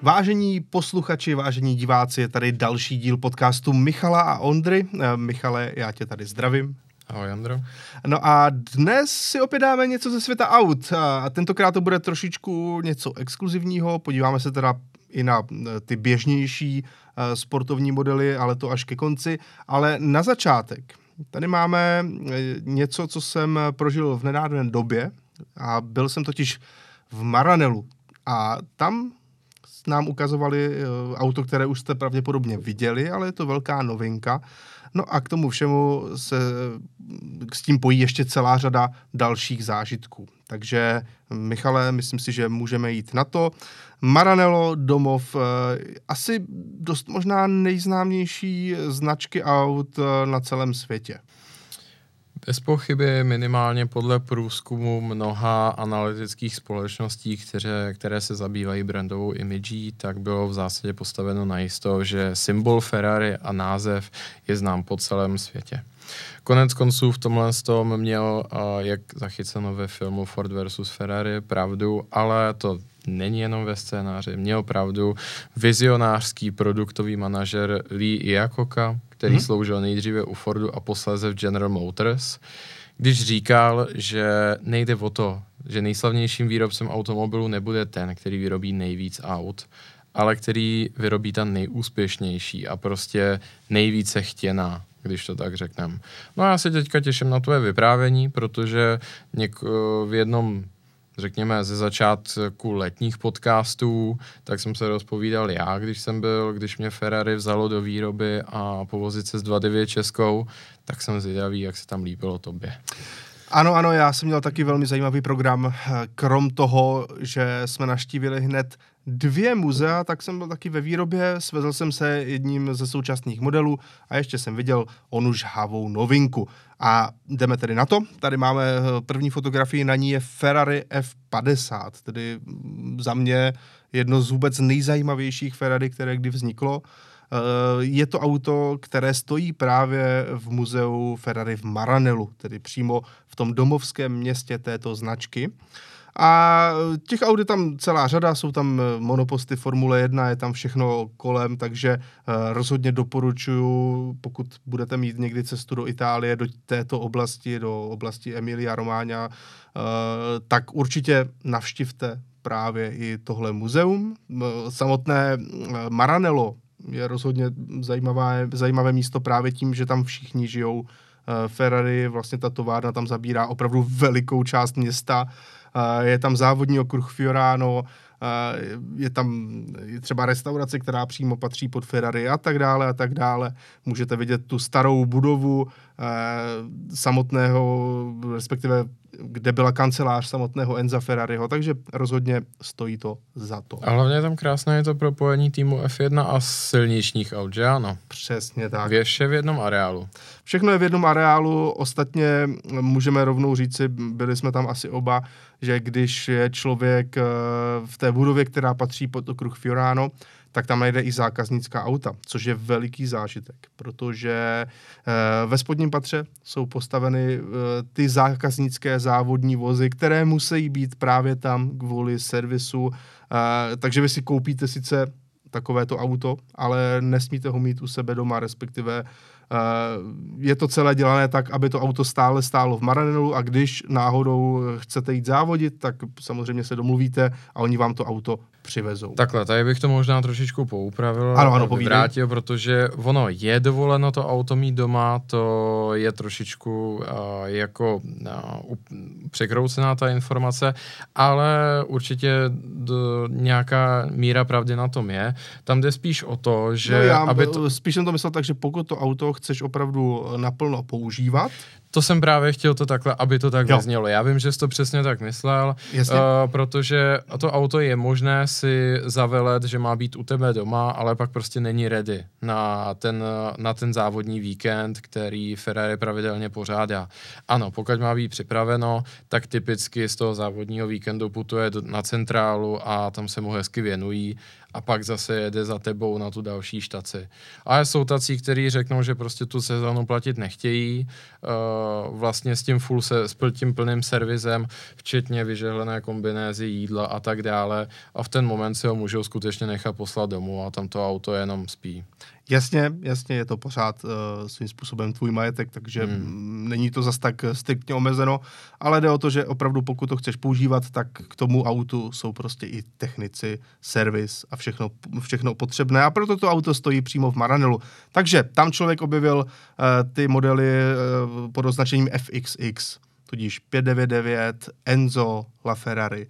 Vážení posluchači, vážení diváci, je tady další díl podcastu Michala a Ondry. Michale, já tě tady zdravím. Ahoj, Ondro. No a dnes si opět dáme něco ze světa aut. A tentokrát to bude trošičku něco exkluzivního. Podíváme se teda i na ty běžnější sportovní modely, ale to až ke konci. Ale na začátek tady máme něco, co jsem prožil v nedávné době. A byl jsem totiž v Maranelu. A tam nám ukazovali auto, které už jste pravděpodobně viděli, ale je to velká novinka. No a k tomu všemu se s tím pojí ještě celá řada dalších zážitků. Takže, Michale, myslím si, že můžeme jít na to. Maranello, domov asi dost možná nejznámější značky aut na celém světě. Bez pochyby minimálně podle průzkumu mnoha analytických společností, které se zabývají brandovou imidží, tak bylo v zásadě postaveno najisto, že symbol Ferrari a název je znám po celém světě. Konec konců v tomhle tom měl, jak zachyceno ve filmu Ford vs. Ferrari, pravdu, ale to není jenom ve scénáři. Měl pravdu vizionářský produktový manažer Lee Iacocca, který sloužil nejdříve u Fordu a posléze v General Motors, když říkal, že nejde o to, že nejslavnějším výrobcem automobilu nebude ten, který vyrobí nejvíc aut, ale který vyrobí ta nejúspěšnější a prostě nejvíce chtěná, když to tak řekneme. No a já se teďka těším na tvoje vyprávění, protože v jednom, řekněme, ze začátku letních podcastů, tak jsem se rozpovídal já, když mě Ferrari vzalo do výroby a povozit se z 2.9 Českou, tak jsem zvědavý, jak se tam líbilo tobě. Ano, já jsem měl taky velmi zajímavý program. Krom toho, že jsme navštívili hned 2 muzea, tak jsem byl taky ve výrobě, svezl jsem se jedním ze současných modelů a ještě jsem viděl onu žhavou novinku. A jdeme tedy na to. Tady máme první fotografii, na ní je Ferrari F50, tedy za mě jedno z vůbec nejzajímavějších Ferrari, které kdy vzniklo. Je to auto, které stojí právě v muzeu Ferrari v Maranelu, tedy přímo v tom domovském městě této značky. A těch aut je tam celá řada, jsou tam monoposty Formule 1, je tam všechno kolem, takže rozhodně doporučuji, pokud budete mít někdy cestu do Itálie, do této oblasti, do oblasti Emilia Romagna, tak určitě navštivte právě i tohle muzeum. Samotné Maranello je rozhodně zajímavé místo právě tím, že tam všichni žijou. Ferrari, vlastně ta továrna tam zabírá opravdu velikou část města. Je tam závodní okruh Fiorano, je tam třeba restaurace, která přímo patří pod Ferrari a tak dále a tak dále. Můžete vidět tu starou budovu samotného, respektive kde byla kancelář samotného Enza Ferrariho, takže rozhodně stojí to za to. A hlavně tam krásné je to propojení týmu F1 a silničních aut, že ano? Přesně tak. Vše v jednom areálu. Všechno je v jednom areálu, ostatně můžeme rovnou říci, byli jsme tam asi oba, že když je člověk v té budově, která patří pod okruh Fiorano, tak tam najde i zákaznická auta, což je veliký zážitek, protože ve spodním patře jsou postaveny ty zákaznické závodní vozy, které musí být právě tam kvůli servisu, takže vy si koupíte sice takovéto auto, ale nesmíte ho mít u sebe doma, respektive je to celé dělané tak, aby to auto stále stálo v Maranelu a když náhodou chcete jít závodit, tak samozřejmě se domluvíte a oni vám to auto přivezou. Takhle, tady bych to možná trošičku poupravil, ano, vyvrátil, protože ono je dovoleno to auto mít doma, to je trošičku překroucená ta informace, ale určitě nějaká míra pravdy na tom je. Tam jde spíš o to, že... Spíš jsem to myslel tak, že pokud to auto chceš opravdu naplno používat... To jsem právě chtěl to takhle, aby to tak neznělo. Já vím, že jsi to přesně tak myslel, protože to auto je možné si zavelet, že má být u tebe doma, ale pak prostě není ready na ten závodní víkend, který Ferrari pravidelně pořádá. Ano, pokud má být připraveno, tak typicky z toho závodního víkendu putuje na centrálu a tam se mu hezky věnují a pak zase jede za tebou na tu další štaci. Ale jsou tací, kteří řeknou, že prostě tu sezónu platit nechtějí, vlastně s tím plným servisem, včetně vyžehlené kombinézy, jídla a tak dále, a v ten moment si ho můžou skutečně nechat poslat domů a tam to auto jenom spí. Jasně, je to pořád svým způsobem tvůj majetek, takže není to zas tak striktně omezeno, ale jde o to, že opravdu pokud to chceš používat, tak k tomu autu jsou prostě i technici, servis a všechno potřebné, a proto to auto stojí přímo v Maranellu. Takže tam člověk objevil ty modely pod označením FXX, tudíž 599, Enzo, LaFerrari.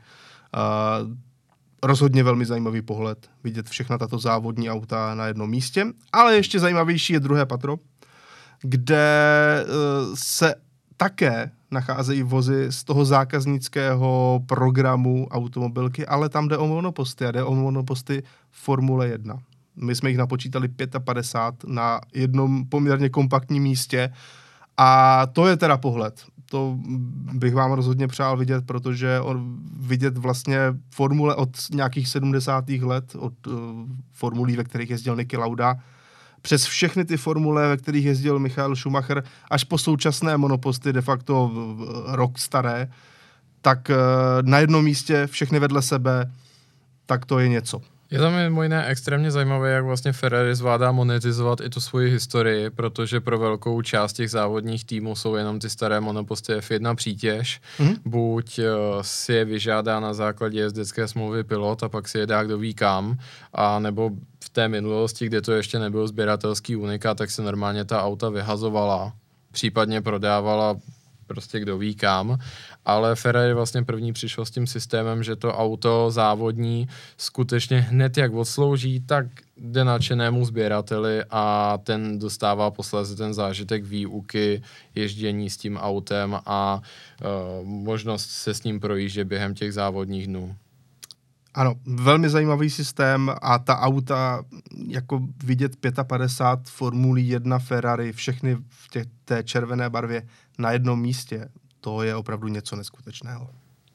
Rozhodně velmi zajímavý pohled, vidět všechna tato závodní auta na jednom místě, ale ještě zajímavější je druhé patro, kde se také nacházejí vozy z toho zákaznického programu automobilky, ale tam jde o monoposty a jde o monoposty Formule 1. My jsme jich napočítali 55 na jednom poměrně kompaktním místě a to je teda pohled. To bych vám rozhodně přál vidět, protože vidět vlastně formule od nějakých 70. let, od formulí, ve kterých jezdil Niki Lauda, přes všechny ty formule, ve kterých jezdil Michael Schumacher, až po současné monoposty, de facto rok staré, tak na jednom místě, všechny vedle sebe, tak to je něco. Je tam mimo jiné extrémně zajímavé, jak vlastně Ferrari zvládá monetizovat i tu svoji historii, protože pro velkou část těch závodních týmů jsou jenom ty staré monoposty F1 přítěž. Buď si je vyžádá na základě jezdecké smlouvy pilot a pak si je dá kdo ví kam, a nebo v té minulosti, kde to ještě nebyl sběratelský unikát, tak se normálně ta auta vyhazovala, případně prodávala prostě kdo ví kam, ale Ferrari vlastně první přišel s tím systémem, že to auto závodní skutečně hned jak odslouží, tak jde nadšenému sběrateli a ten dostává posléze ten zážitek výuky, ježdění s tím autem a možnost se s ním projíždět během těch závodních dnů. Ano, velmi zajímavý systém a ta auta, jako vidět 55 Formulí 1 Ferrari, všechny v té červené barvě na jednom místě, to je opravdu něco neskutečného.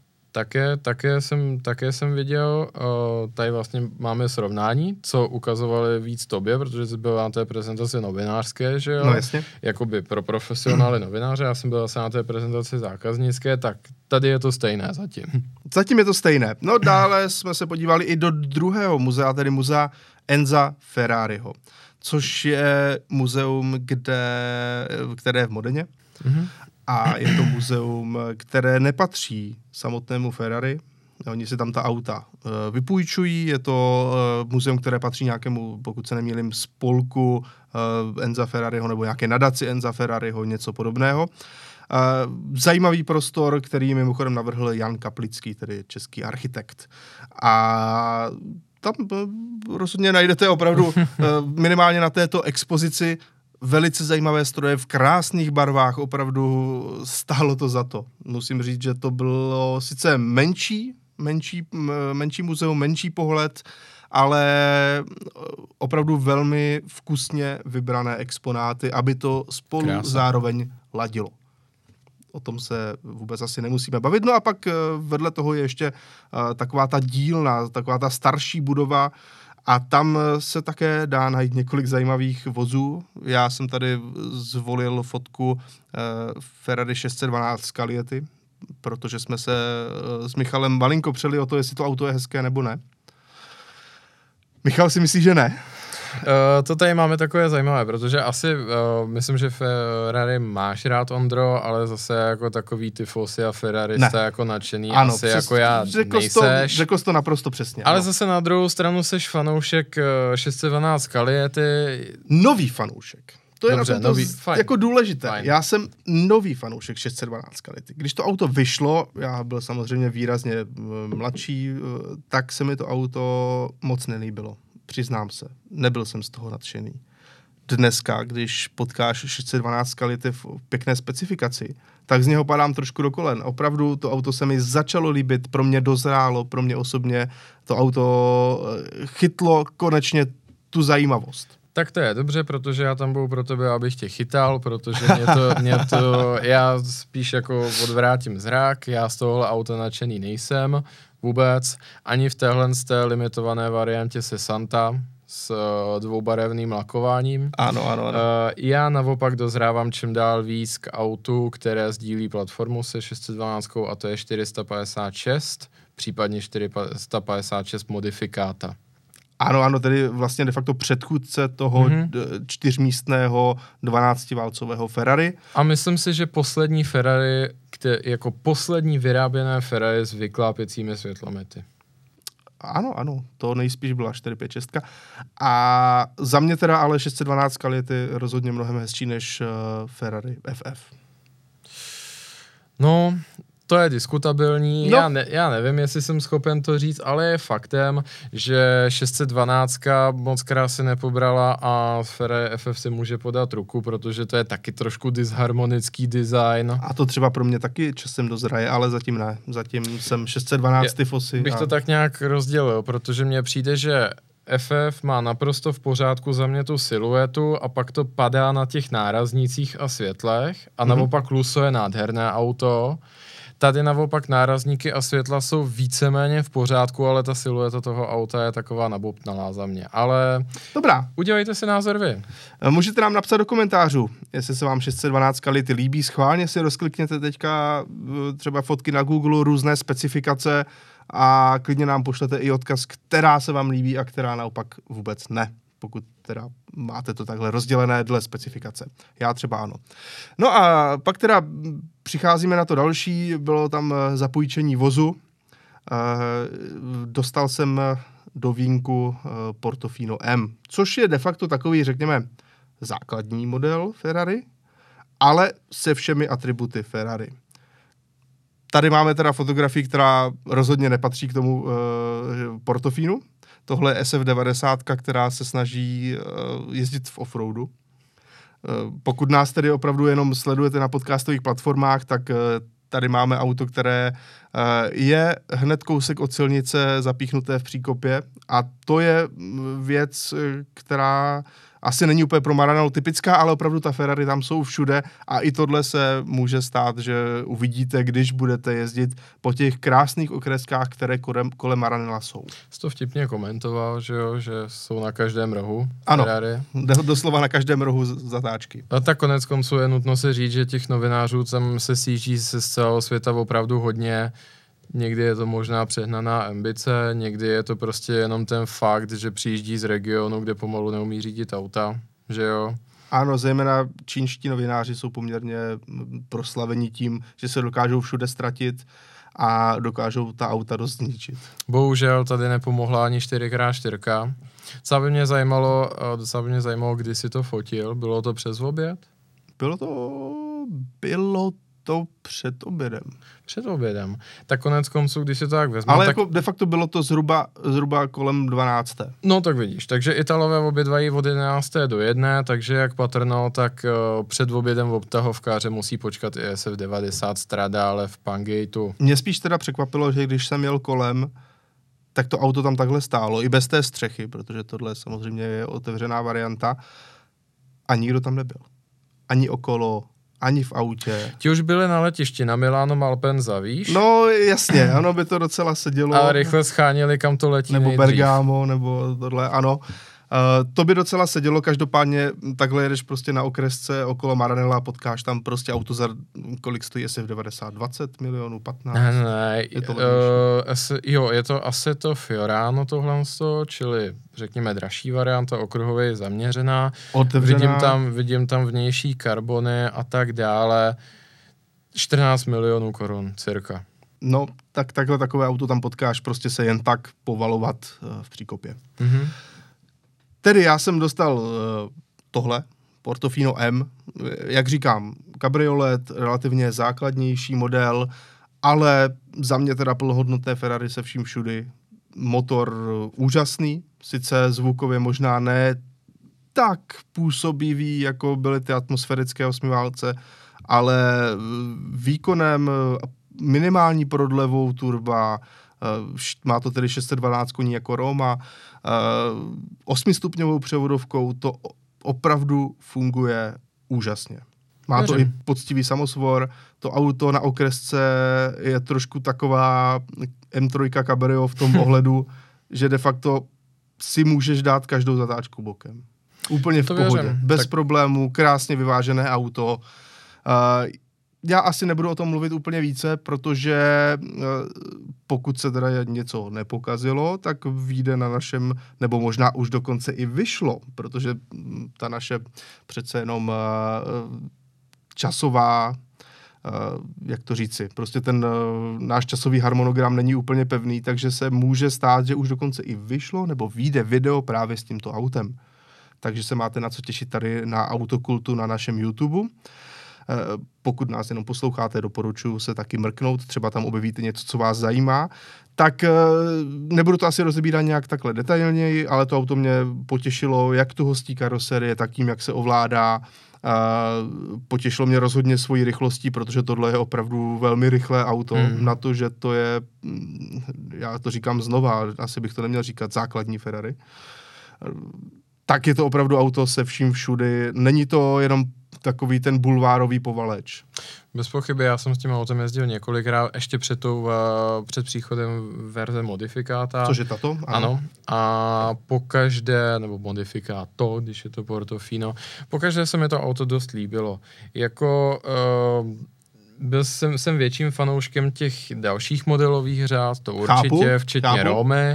Také jsem viděl, tady vlastně máme srovnání, co ukazovali víc tobě, protože jsi byl na té prezentaci novinářské, že jo? No jasně. Jakoby pro profesionály novináře, já jsem byl zase na té prezentaci zákaznické, tak tady je to stejné zatím. Zatím je to stejné. No dále jsme se podívali i do druhého muzea, tedy muzea Enza Ferrariho, což je muzeum, které je v Modeně. A je to muzeum, které nepatří samotnému Ferrari. Oni si tam ta auta vypůjčují. Je to muzeum, které patří nějakému, pokud se nemýlím, spolku Enza Ferrariho nebo nějaké nadaci Enza Ferrariho, něco podobného. Zajímavý prostor, který mimochodem navrhl Jan Kaplický, tedy český architekt. A tam rozhodně najdete opravdu minimálně na této expozici velice zajímavé stroje v krásných barvách, opravdu stálo to za to. Musím říct, že to bylo sice menší muzeum, menší pohled, ale opravdu velmi vkusně vybrané exponáty, aby to spolu zároveň ladilo. O tom se vůbec asi nemusíme bavit. No a pak vedle toho je ještě taková ta dílna, taková ta starší budova, a tam se také dá najít několik zajímavých vozů. Já jsem tady zvolil fotku Ferrari 612 Scaglietti, protože jsme se s Michalem malinko přeli o to, jestli to auto je hezké nebo ne. Michal si myslí, že ne? To tady máme takové zajímavé, protože asi myslím, že Ferrari máš rád, Ondro, ale zase jako takový ty Fossi a Ferrari jste jako nadšený, ano, asi jako já nejseš. Řekl jsi to naprosto přesně. Ale zase na druhou stranu seš fanoušek 612 Scaglietti. Nový fanoušek. To je dobře, jako důležité. Fajn. Já jsem nový fanoušek 612 Scaglietti. Když to auto vyšlo, já byl samozřejmě výrazně mladší, tak se mi to auto moc nelíbilo. Přiznám se, nebyl jsem z toho nadšený. Dneska, když potkáš 612 Scaglietti v pěkné specifikaci, tak z něho padám trošku do kolen. Opravdu to auto se mi začalo líbit, pro mě dozrálo, pro mě osobně to auto chytlo konečně tu zajímavost. Tak to je dobře, protože já tam budu pro tebe, abych tě chytal, protože já spíš jako odvrátím zrak, já z tohohle auta nadšený nejsem, vůbec. Ani v téhle z té limitované variantě Sessanta s dvoubarevným lakováním. Ano. Já naopak dozrávám čím dál víc k autu, které sdílí platformu se 612, a to je 456, případně 456 modifikáta. Ano, tedy vlastně de facto předchůdce toho čtyřmístného 12válcového Ferrari. A myslím si, že poslední Ferrari, jako poslední vyráběné Ferrari s vyklápěcími světlomety. Ano, to nejspíš byla 456. A za mě teda ale 612 je rozhodně mnohem hezčí než Ferrari FF. No, to je diskutabilní, no. Já nevím, jestli jsem schopen to říct, ale je faktem, že 612 moc krásy nepobrala a Ferrari FF si může podat ruku, protože to je taky trošku disharmonický design. A to třeba pro mě taky časem dozraje, ale zatím ne. Zatím jsem 612 fosy. Bych to tak nějak rozdělil, protože mně přijde, že FF má naprosto v pořádku za mě tu siluetu a pak to padá na těch náraznících a světlech a naopak Lusso je nádherné auto. Tady naopak nárazníky a světla jsou víceméně v pořádku, ale ta silueta toho auta je taková nabobtnalá za mě. Ale dobrá. Udělejte si názor vy. Můžete nám napsat do komentářů, jestli se vám 612 lity líbí. Schválně si rozklikněte teďka třeba fotky na Google, různé specifikace a klidně nám pošlete i odkaz, která se vám líbí a která naopak vůbec ne. Pokud teda máte to takhle rozdělené dle specifikace. Já třeba ano. No a pak teda přicházíme na to další, bylo tam zapůjčení vozu. Dostal jsem do vínku Portofino M, což je de facto takový, řekněme, základní model Ferrari, ale se všemi atributy Ferrari. Tady máme teda fotografii, která rozhodně nepatří k tomu Portofinu. Tohle je SF90, která se snaží jezdit v offroadu. Pokud nás tedy opravdu jenom sledujete na podcastových platformách, tak tady máme auto, které je hned kousek od silnice zapíchnuté v příkopě a to je věc, která asi není úplně pro Maranello typická, ale opravdu ta Ferrari tam jsou všude a i tohle se může stát, že uvidíte, když budete jezdit po těch krásných okreskách, které kolem Maranella jsou. Jsi to vtipně komentoval, že jo, že jsou na každém rohu Ferrari. Ano, doslova na každém rohu zatáčky. A tak konec konců je nutno si říct, že těch novinářů tam se sjíždí se z celého světa opravdu hodně. Někdy je to možná přehnaná ambice, někdy je to prostě jenom ten fakt, že přijíždí z regionu, kde pomalu neumí řídit auta, že jo? Ano, zejména čínští novináři jsou poměrně proslavení tím, že se dokážou všude ztratit a dokážou ta auta dost zničit. Bohužel tady nepomohla ani 4x4. Co by mě zajímalo, kdy si to fotil. Bylo to přes oběd? Bylo to před obědem. Před obědem. Tak konec konců, když si to tak vezme. Ale tak... jako de facto bylo to zhruba kolem 12. No tak vidíš, takže Italové obědvají od 11. do 1, takže jak patrno, tak před obědem v obtahovkáře musí počkat i SF90 Stradale v Pangateu. Mě spíš teda překvapilo, že když jsem jel kolem, tak to auto tam takhle stálo, i bez té střechy, protože tohle samozřejmě je otevřená varianta a nikdo tam nebyl. Ani okolo, ani v autě. Ti už byli na letišti, na Milano Malpensa, víš? No jasně, ano, by to docela sedělo. Ale rychle scháněli, kam to letí nebo nejdřív. Bergamo, nebo tohle, ano. To by docela sedělo, každopádně takhle jedeš prostě na okresce okolo Maranella a potkáš tam prostě auto za, kolik stojí SF90, 20 milionů, 15? Ne, je to Assetto Fiorano tohle, čili řekněme dražší varianta, okruhově zaměřená. Otevřená. Vidím tam vnější karbony a tak dále. 14 milionů korun, cirka. No, tak takhle takové auto tam potkáš, prostě se jen tak povalovat v příkopě. Mhm. Tedy já jsem dostal tohle, Portofino M, jak říkám, kabriolet, relativně základnější model, ale za mě teda plnohodnotné Ferrari se vším všudy. Motor úžasný, sice zvukově možná ne tak působivý, jako byly ty atmosférické osmiválce, ale výkonem minimální prodlevou turba, má to tedy 612 koní jako Roma, 8stupňovou převodovkou, to opravdu funguje úžasně. Má to i poctivý samosvor. To auto na okresce je trošku taková M3 Cabrio v tom ohledu, že de facto si můžeš dát každou zatáčku bokem. Úplně v pohodě. Věřím. Bez problémů, krásně vyvážené auto. Já asi nebudu o tom mluvit úplně více, protože pokud se teda něco nepokazilo, tak vyjde na našem, nebo možná už dokonce i vyšlo, protože ta naše přece jenom časová, jak to říci, prostě ten náš časový harmonogram není úplně pevný, takže se může stát, že už dokonce i vyšlo, nebo vyjde video právě s tímto autem. Takže se máte na co těšit tady na Autokultu na našem YouTube. Pokud nás jenom posloucháte, doporučuji se taky mrknout, třeba tam objevíte něco, co vás zajímá. Tak nebudu to asi rozebírat nějak takhle detailněji, ale to auto mě potěšilo, jak tu hostí karoserie, tak tím, jak se ovládá. Potěšilo mě rozhodně svojí rychlostí, protože tohle je opravdu velmi rychlé auto, na to, že to je, já to říkám znova, asi bych to neměl říkat, základní Ferrari. Tak je to opravdu auto se vším všudy. Není to jenom takový ten bulvárový povaleč. Bez pochyby, já jsem s tím autem jezdil několikrát, ještě před příchodem verze modifikáta. Což je tato? Ano. A pokaždé, nebo modifikáto, když je to Portofino, pokaždé se mi to auto dost líbilo. Jako... jsem větším fanouškem těch dalších modelových řád, to určitě, včetně Romy,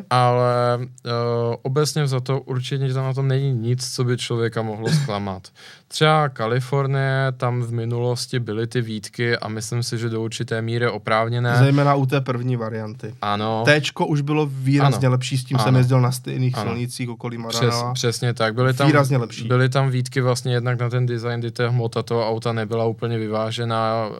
ale obecně za to určitě na tom není nic, co by člověka mohlo zklamat. Třeba Kalifornie, tam v minulosti byly ty výtky a myslím si, že do určité míry oprávněné. Zejména u té první varianty. Ano. Téčko už bylo výrazně lepší, s tím jsem jezdil na stejných silnicích okolí Maranela. Přesně tak. Byly tam výtky vlastně jednak na ten design, kdy ta hmota toho auta nebyla úplně vyvážená,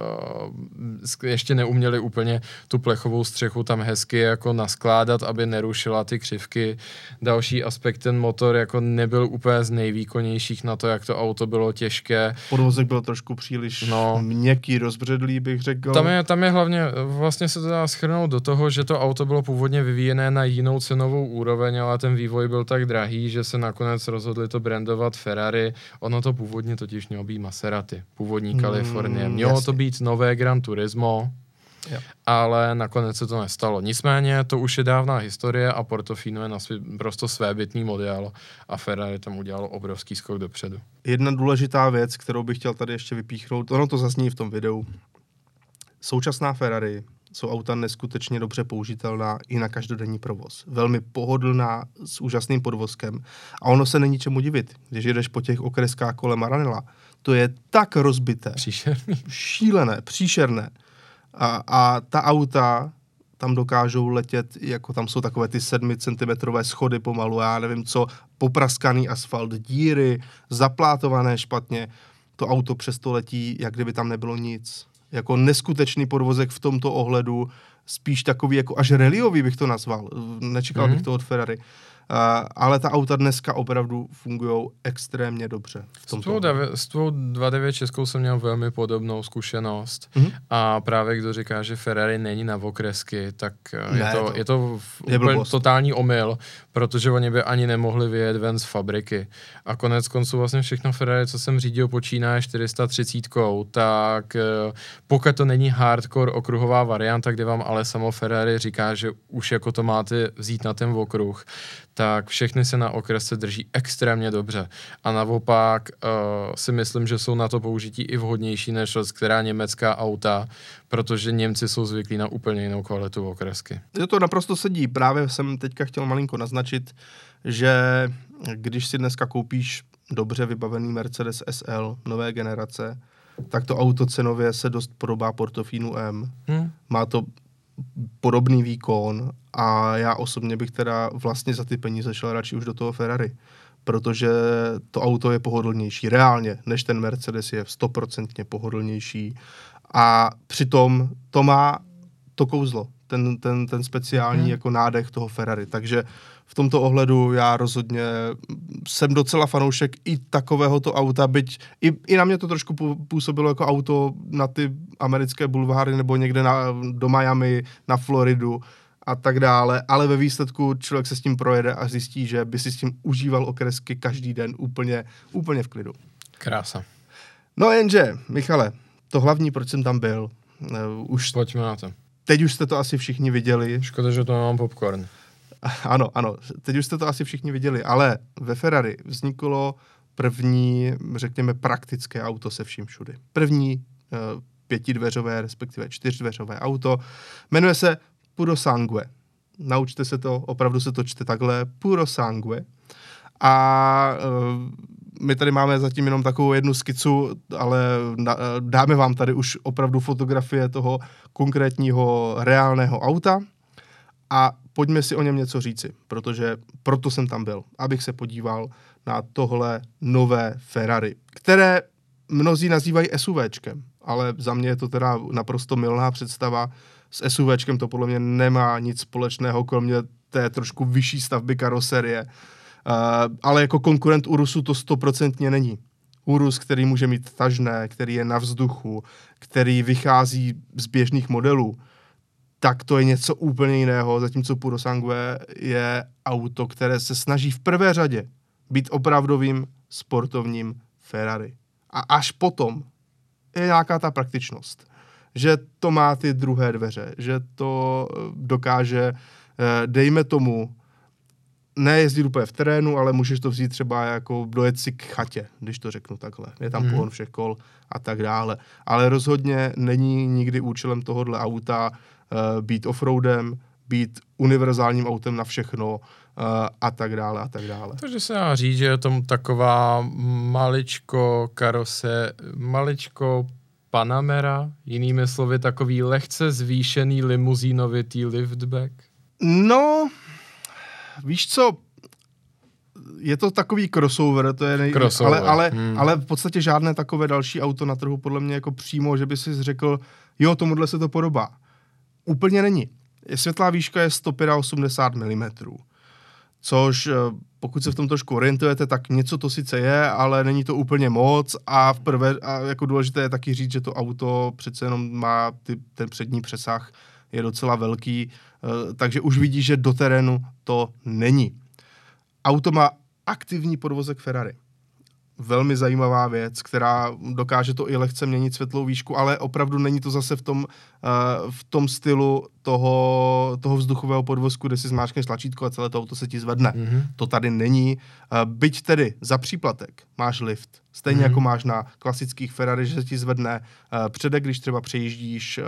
ještě neuměli úplně tu plechovou střechu tam hezky jako naskládat, aby nerušila ty křivky. Další aspekt, ten motor jako nebyl úplně z nejvýkonnějších na to, jak to auto bylo těžké. Podvozek byl trošku příliš měkký, rozbředlý, bych řekl. Tam je hlavně, vlastně se to dá shrnout do toho, že to auto bylo původně vyvíjené na jinou cenovou úroveň, ale ten vývoj byl tak drahý, že se nakonec rozhodli to brandovat Ferrari. Ono to původně totiž mělo být Maserati, původní Kalifornie. Mělo to být nové Gran Turismo, ale nakonec se to nestalo. Nicméně to už je dávná historie a Portofino je prostě svébytný model a Ferrari tam udělalo obrovský skok dopředu. Jedna důležitá věc, kterou bych chtěl tady ještě vypíchnout, ono to zazní v tom videu. Současná Ferrari jsou auta neskutečně dobře použitelná i na každodenní provoz. Velmi pohodlná, s úžasným podvozkem. A ono se není čemu divit, když jedeš po těch okreskách kolem Maranela. To je tak rozbité. Příšerný. Šílené, příšerné. A ta auta tam dokážou letět, jako tam jsou takové ty 7 cm schody pomalu, já nevím co, popraskaný asfalt, díry, zaplátované špatně. To auto přesto letí, jak kdyby tam nebylo nic. Jako neskutečný podvozek v tomto ohledu, spíš takový jako až rallyový bych to nazval. Nečekal bych to od Ferrari. Ale ta auta dneska opravdu fungují extrémně dobře. S tvou 2.9 českou jsem měl velmi podobnou zkušenost a právě kdo říká, že Ferrari není na okresky, tak je to úplně totální omyl, protože oni by ani nemohli vyjet ven z fabriky. A konec konců vlastně všechno Ferrari, co jsem řídil, počíná 430, tak pokud to není hardcore okruhová varianta, kde vám ale samo Ferrari říká, že už jako to máte vzít na ten okruh, tak všechny se na okresce drží extrémně dobře. A naopak si myslím, že jsou na to použití i vhodnější než která německá auta, protože Němci jsou zvyklí na úplně jinou kvalitu okresky. To naprosto sedí. Právě jsem teďka chtěl malinko naznačit, že když si dneska koupíš dobře vybavený Mercedes SL nové generace, tak to auto cenově se dost podobá Portofinu M. Má to podobný výkon a já osobně bych teda vlastně za ty peníze šel radši už do toho Ferrari, protože to auto je pohodlnější reálně, než ten Mercedes je 100% pohodlnější a přitom to má to kouzlo, ten speciální jako nádech toho Ferrari, takže v tomto ohledu já rozhodně jsem docela fanoušek i takovéhoto auta, byť i na mě to trošku působilo jako auto na ty americké bulváry nebo někde do Miami, na Floridu a tak dále, ale ve výsledku člověk se s tím projede a zjistí, že by si s tím užíval okresky každý den úplně v klidu. Krása. No jenže, Michale, to hlavní, proč jsem tam byl, Pojďme na to. Teď už jste to asi všichni viděli. Škoda, že to nemám popcorn. Ano, teď už jste to asi všichni viděli, ale ve Ferrari vzniklo první, řekněme, praktické auto se vším všudy. První pětidveřové, respektive čtyřdveřové auto. Jmenuje se Puro Sangue. Naučte se to, opravdu se to čte takhle, Puro Sangue. A my tady máme zatím jenom takovou jednu skicu, ale dáme vám tady už opravdu fotografie toho konkrétního reálného auta a pojďme si o něm něco říci, protože proto jsem tam byl, abych se podíval na tohle nové Ferrari, které mnozí nazývají SUVčkem, ale za mě je to teda naprosto mylná představa. S SUVčkem to podle mě nemá nic společného, kromě té trošku vyšší stavby karoserie. Ale jako konkurent Urusu to 100% není. Urus, který může mít tažné, který je na vzduchu, který vychází z běžných modelů, tak to je něco úplně jiného, zatímco Puro Sangue je auto, které se snaží v prvé řadě být opravdovým sportovním Ferrari. A až potom je nějaká ta praktičnost, že to má ty druhé dveře, že to dokáže, dejme tomu, nejezdit úplně v terénu, ale můžeš to vzít třeba jako dojet si k chatě, když to řeknu takhle. Je tam pohon všech kol a tak dále. Ale rozhodně není nikdy účelem tohohle auta být offroadem, být univerzálním autem na všechno a tak dále a tak dále. Takže se dá říct, že je tam taková maličko Panamera, jinými slovy takový lehce zvýšený limuzínovitý liftback. No, víš co, je to takový crossover, to je ale v podstatě žádné takové další auto na trhu podle mě jako přímo, že by si řekl, jo, tomuhle se to podobá. Úplně není. Světlá výška je 185 mm, což pokud se v tom trošku orientujete, tak něco to sice je, ale není to úplně moc a jako důležité je taky říct, že to auto přece jenom má ten přední přesah, je docela velký, takže už vidíš, že do terénu to není. Auto má aktivní podvozek Ferrari. Velmi zajímavá věc, která dokáže to i lehce měnit světlou výšku, ale opravdu není to zase v tom stylu toho vzduchového podvozku, kde si zmáčkneš tlačítko a celé to auto se ti zvedne. Mm-hmm. To tady není. Byť tedy za příplatek máš lift, stejně jako máš na klasických Ferrari, že se ti zvedne předek, když třeba přejíždíš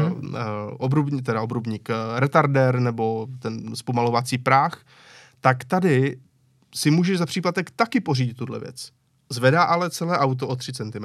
obrubník retardér nebo ten zpomalovací práh, tak tady si můžeš za příplatek taky pořídit tuhle věc. Zvedá ale celé auto o 3 cm.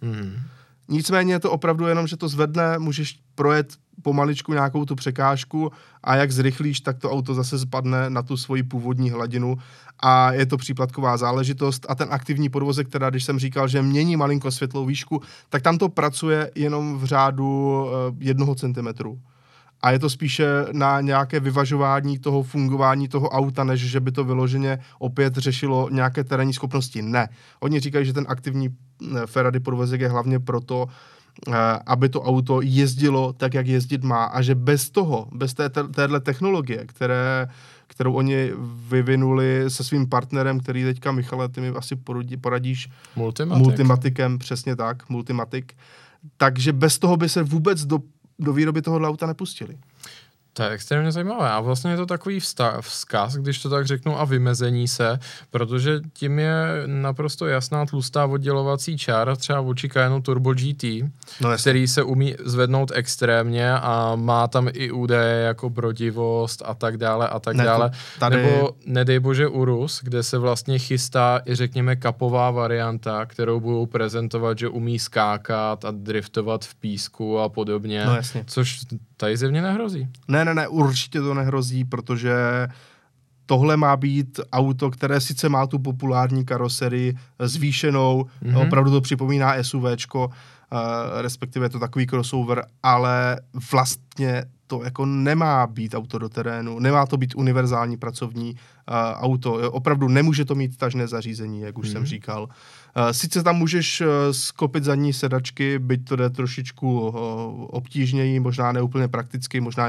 Nicméně je to opravdu jenom, že to zvedne, můžeš projet pomaličku nějakou tu překážku a jak zrychlíš, tak to auto zase spadne na tu svoji původní hladinu a je to příplatková záležitost a ten aktivní podvozek, teda když jsem říkal, že mění malinko světlou výšku, tak tam to pracuje jenom v řádu 1 centimetru. A je to spíše na nějaké vyvažování toho fungování toho auta, než že by to vyloženě opět řešilo nějaké terénní schopnosti. Ne. Oni říkají, že ten aktivní Ferrari podvozek je hlavně proto, aby to auto jezdilo tak, jak jezdit má a že bez téhle technologie, kterou oni vyvinuli se svým partnerem, který teďka, Michale, ty mi asi poradíš. Multimatikem, přesně tak, Multimatic. Takže bez toho by se vůbec do výroby tohohle auta nepustili. To je extrémně zajímavé a vlastně je to takový vzkaz, když to tak řeknu, a vymezení se, protože tím je naprosto jasná tlustá oddělovací čára třeba vůči Cayenne Turbo GT, který se umí zvednout extrémně a má tam i údaje jako brodivost a tak dále a tak dále. Nebo nedej bože Urus, kde se vlastně chystá i řekněme kapová varianta, kterou budou prezentovat, že umí skákat a driftovat v písku a podobně, což tady zjevně nehrozí. Ne, určitě to nehrozí, protože tohle má být auto, které sice má tu populární karoserii zvýšenou, opravdu to připomíná SUVčko, respektive je to takový crossover, ale vlastně to jako nemá být auto do terénu, nemá to být univerzální pracovní auto. Opravdu nemůže to mít tažné zařízení, jak už jsem říkal. Sice tam můžeš sklopit zadní sedačky, byť to jde trošičku obtížněji, možná neúplně prakticky, možná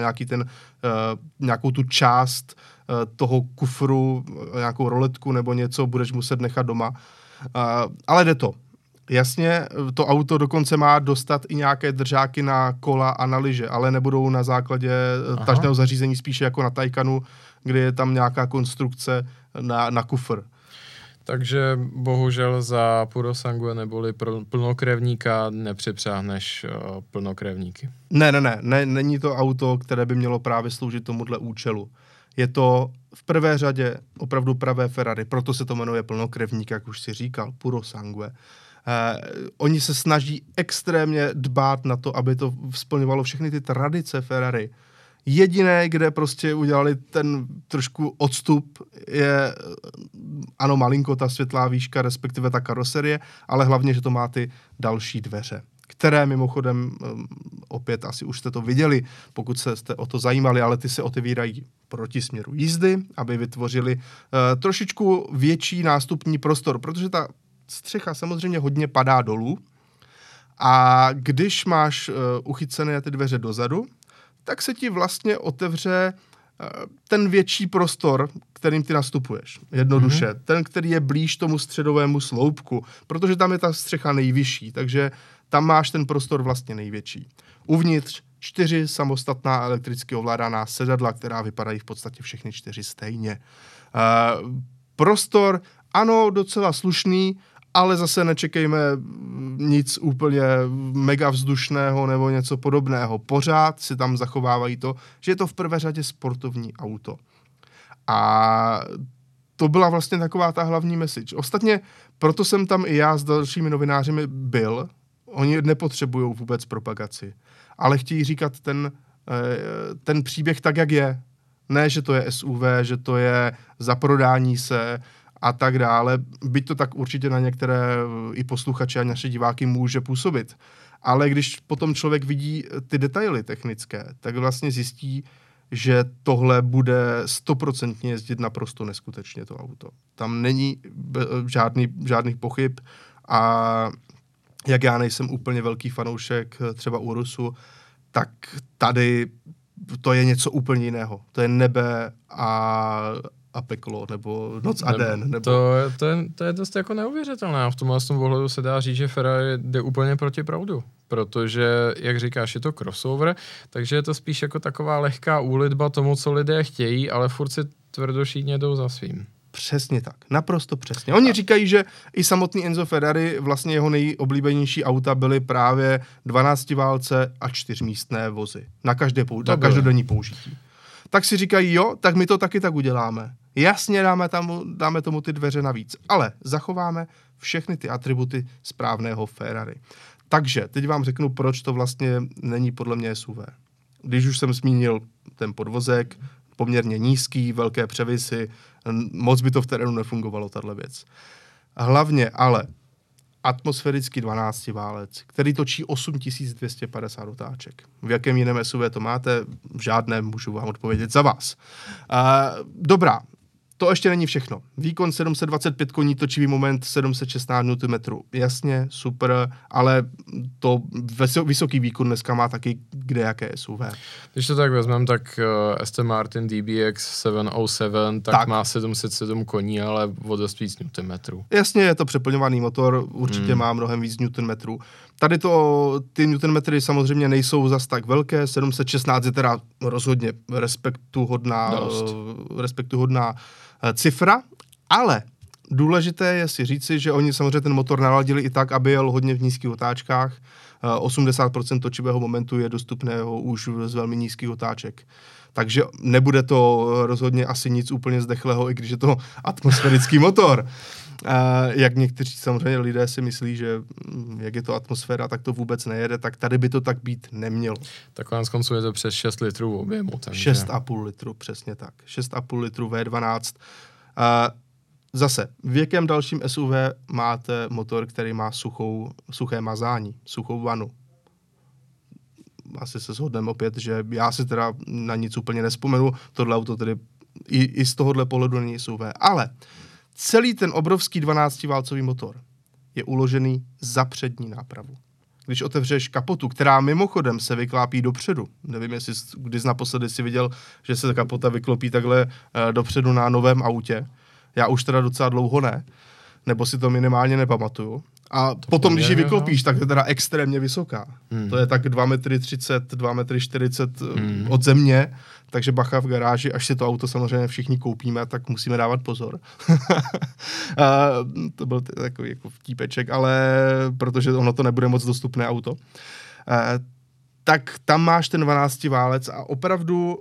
nějakou tu část toho kufru, nějakou roletku nebo něco budeš muset nechat doma. Ale jde to. Jasně, to auto dokonce má dostat i nějaké držáky na kola a na lyže, ale nebudou na základě tažného zařízení, spíše jako na Taycanu, kde je tam nějaká konstrukce na kufr. Takže bohužel za Purosangue neboli plnokrevníka nepřipřáhneš plnokrevníky. Ne, není to auto, které by mělo právě sloužit tomuhle účelu. Je to v prvé řadě opravdu pravé Ferrari, proto se to jmenuje plnokrevník, jak už si říkal, Purosangue. Oni se snaží extrémně dbát na to, aby to splňovalo všechny ty tradice Ferrari. Jediné, kde prostě udělali ten trošku odstup, je ano, malinko ta světlá výška, respektive ta karoserie, ale hlavně, že to má ty další dveře, které mimochodem, opět asi už jste to viděli, pokud jste o to zajímali, ale ty se otevírají proti směru jízdy, aby vytvořili trošičku větší nástupní prostor, protože ta střecha samozřejmě hodně padá dolů a když máš uchycené ty dveře dozadu, tak se ti vlastně otevře ten větší prostor, kterým ty nastupuješ. Jednoduše. Ten, který je blíž tomu středovému sloupku, protože tam je ta střecha nejvyšší, takže tam máš ten prostor vlastně největší. Uvnitř 4 samostatná elektricky ovládaná sedadla, která vypadají v podstatě všechny 4 stejně. Prostor, ano, docela slušný, ale zase nečekejme nic úplně mega vzdušného nebo něco podobného. Pořád si tam zachovávají to, že je to v prvé řadě sportovní auto. A to byla vlastně taková ta hlavní message. Ostatně proto jsem tam i já s dalšími novináři byl. Oni nepotřebují vůbec propagaci, ale chtějí říkat ten příběh tak, jak je. Ne, že to je SUV, že to je zaprodání se a tak dále. Byť to tak určitě na některé i posluchače a naše diváky může působit. Ale když potom člověk vidí ty detaily technické, tak vlastně zjistí, že tohle bude 100% jezdit naprosto neskutečně to auto. Tam není žádných pochyb a jak já nejsem úplně velký fanoušek třeba Urusu, tak tady to je něco úplně jiného. To je nebe a peklo, nebo noc a den. Nebo... To je dost jako neuvěřitelné. A v tomhle ohledu se dá říct, že Ferrari jde úplně proti proudu. Protože, jak říkáš, je to crossover, takže je to spíš jako taková lehká úlitba tomu, co lidé chtějí, ale furt si tvrdošídně jdou za svým. Přesně tak, naprosto přesně. Oni říkají, že i samotný Enzo Ferrari, vlastně jeho nejoblíbenější auta byly právě 12 válce a 4místné vozy. Na každodenní použití. Tak si říkají, jo, tak my to taky tak uděláme. Jasně, dáme tomu ty dveře navíc, ale zachováme všechny ty atributy správného Ferrari. Takže teď vám řeknu, proč to vlastně není podle mě SUV. Když už jsem zmínil ten podvozek, poměrně nízký, velké převisy, moc by to v terénu nefungovalo, tahle věc. Hlavně ale atmosférický 12 válec, který točí 8250 otáček. V jakém jiném SUV to máte? V žádném, můžu vám odpovědět za vás. Dobrá, to ještě není všechno. Výkon 725 koní, točivý moment 716 Nm. Jasně, super, ale to vysoký výkon dneska má taky kdejaké SUV. Když to tak vezmeme, tak Aston Martin DBX 707 tak má 707 koní, ale o dost víc Nm. Jasně, je to přeplňovaný motor, určitě má mnohem víc Nm. Tady ty Nm samozřejmě nejsou zas tak velké, 716 je teda rozhodně respektuhodná cifra, ale důležité je si říci, že oni samozřejmě ten motor naladili i tak, aby jel hodně v nízkých otáčkách. 80% točivého momentu je dostupného už z velmi nízkých otáček. Takže nebude to rozhodně asi nic úplně zdechlého, i když je to atmosférický motor. Jak někteří samozřejmě lidé si myslí, že jak je to atmosféra, tak to vůbec nejede, tak tady by to tak být nemělo. Tak konec konců je to přes 6 litrů objemu. 6,5 litru, přesně tak. 6,5 litru V12. Zase, v jakém dalším SUV máte motor, který má suché mazání, suchou vanu? Asi se shodneme opět, že já si teda na nic úplně nespomenu, tohle auto tedy i z tohohle pohledu není SUV, ale celý ten obrovský 12-válcový motor je uložený za přední nápravu. Když otevřeš kapotu, která mimochodem se vyklápí dopředu, nevím, jestli když naposledy si viděl, že se kapota vyklopí takhle dopředu na novém autě, já už teda docela dlouho ne, nebo si to minimálně nepamatuju. A to potom, když ji vyklopíš, tak je teda extrémně vysoká. To je tak 2,30 m, 2,40 m od země, takže bacha v garáži, až si to auto samozřejmě všichni koupíme, tak musíme dávat pozor. To byl takový jako vtípeček, ale protože ono to nebude moc dostupné auto. Tak tam máš ten 12 válec a opravdu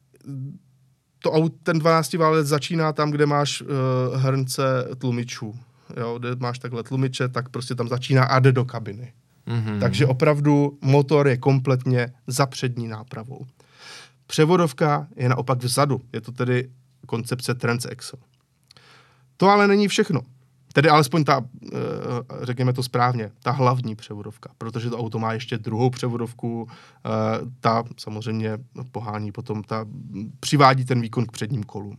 ten 12 válec začíná tam, kde máš hrnce tlumičů. Jo, kde máš takhle tlumiče, tak prostě tam začíná a jde do kabiny. Takže opravdu motor je kompletně za přední nápravou. Převodovka je naopak vzadu. Je to tedy koncepce Transaxle. To ale není všechno. Tedy alespoň ta, řekněme to správně, ta hlavní převodovka, protože to auto má ještě druhou převodovku, ta samozřejmě pohání potom, ta přivádí ten výkon k předním kolům.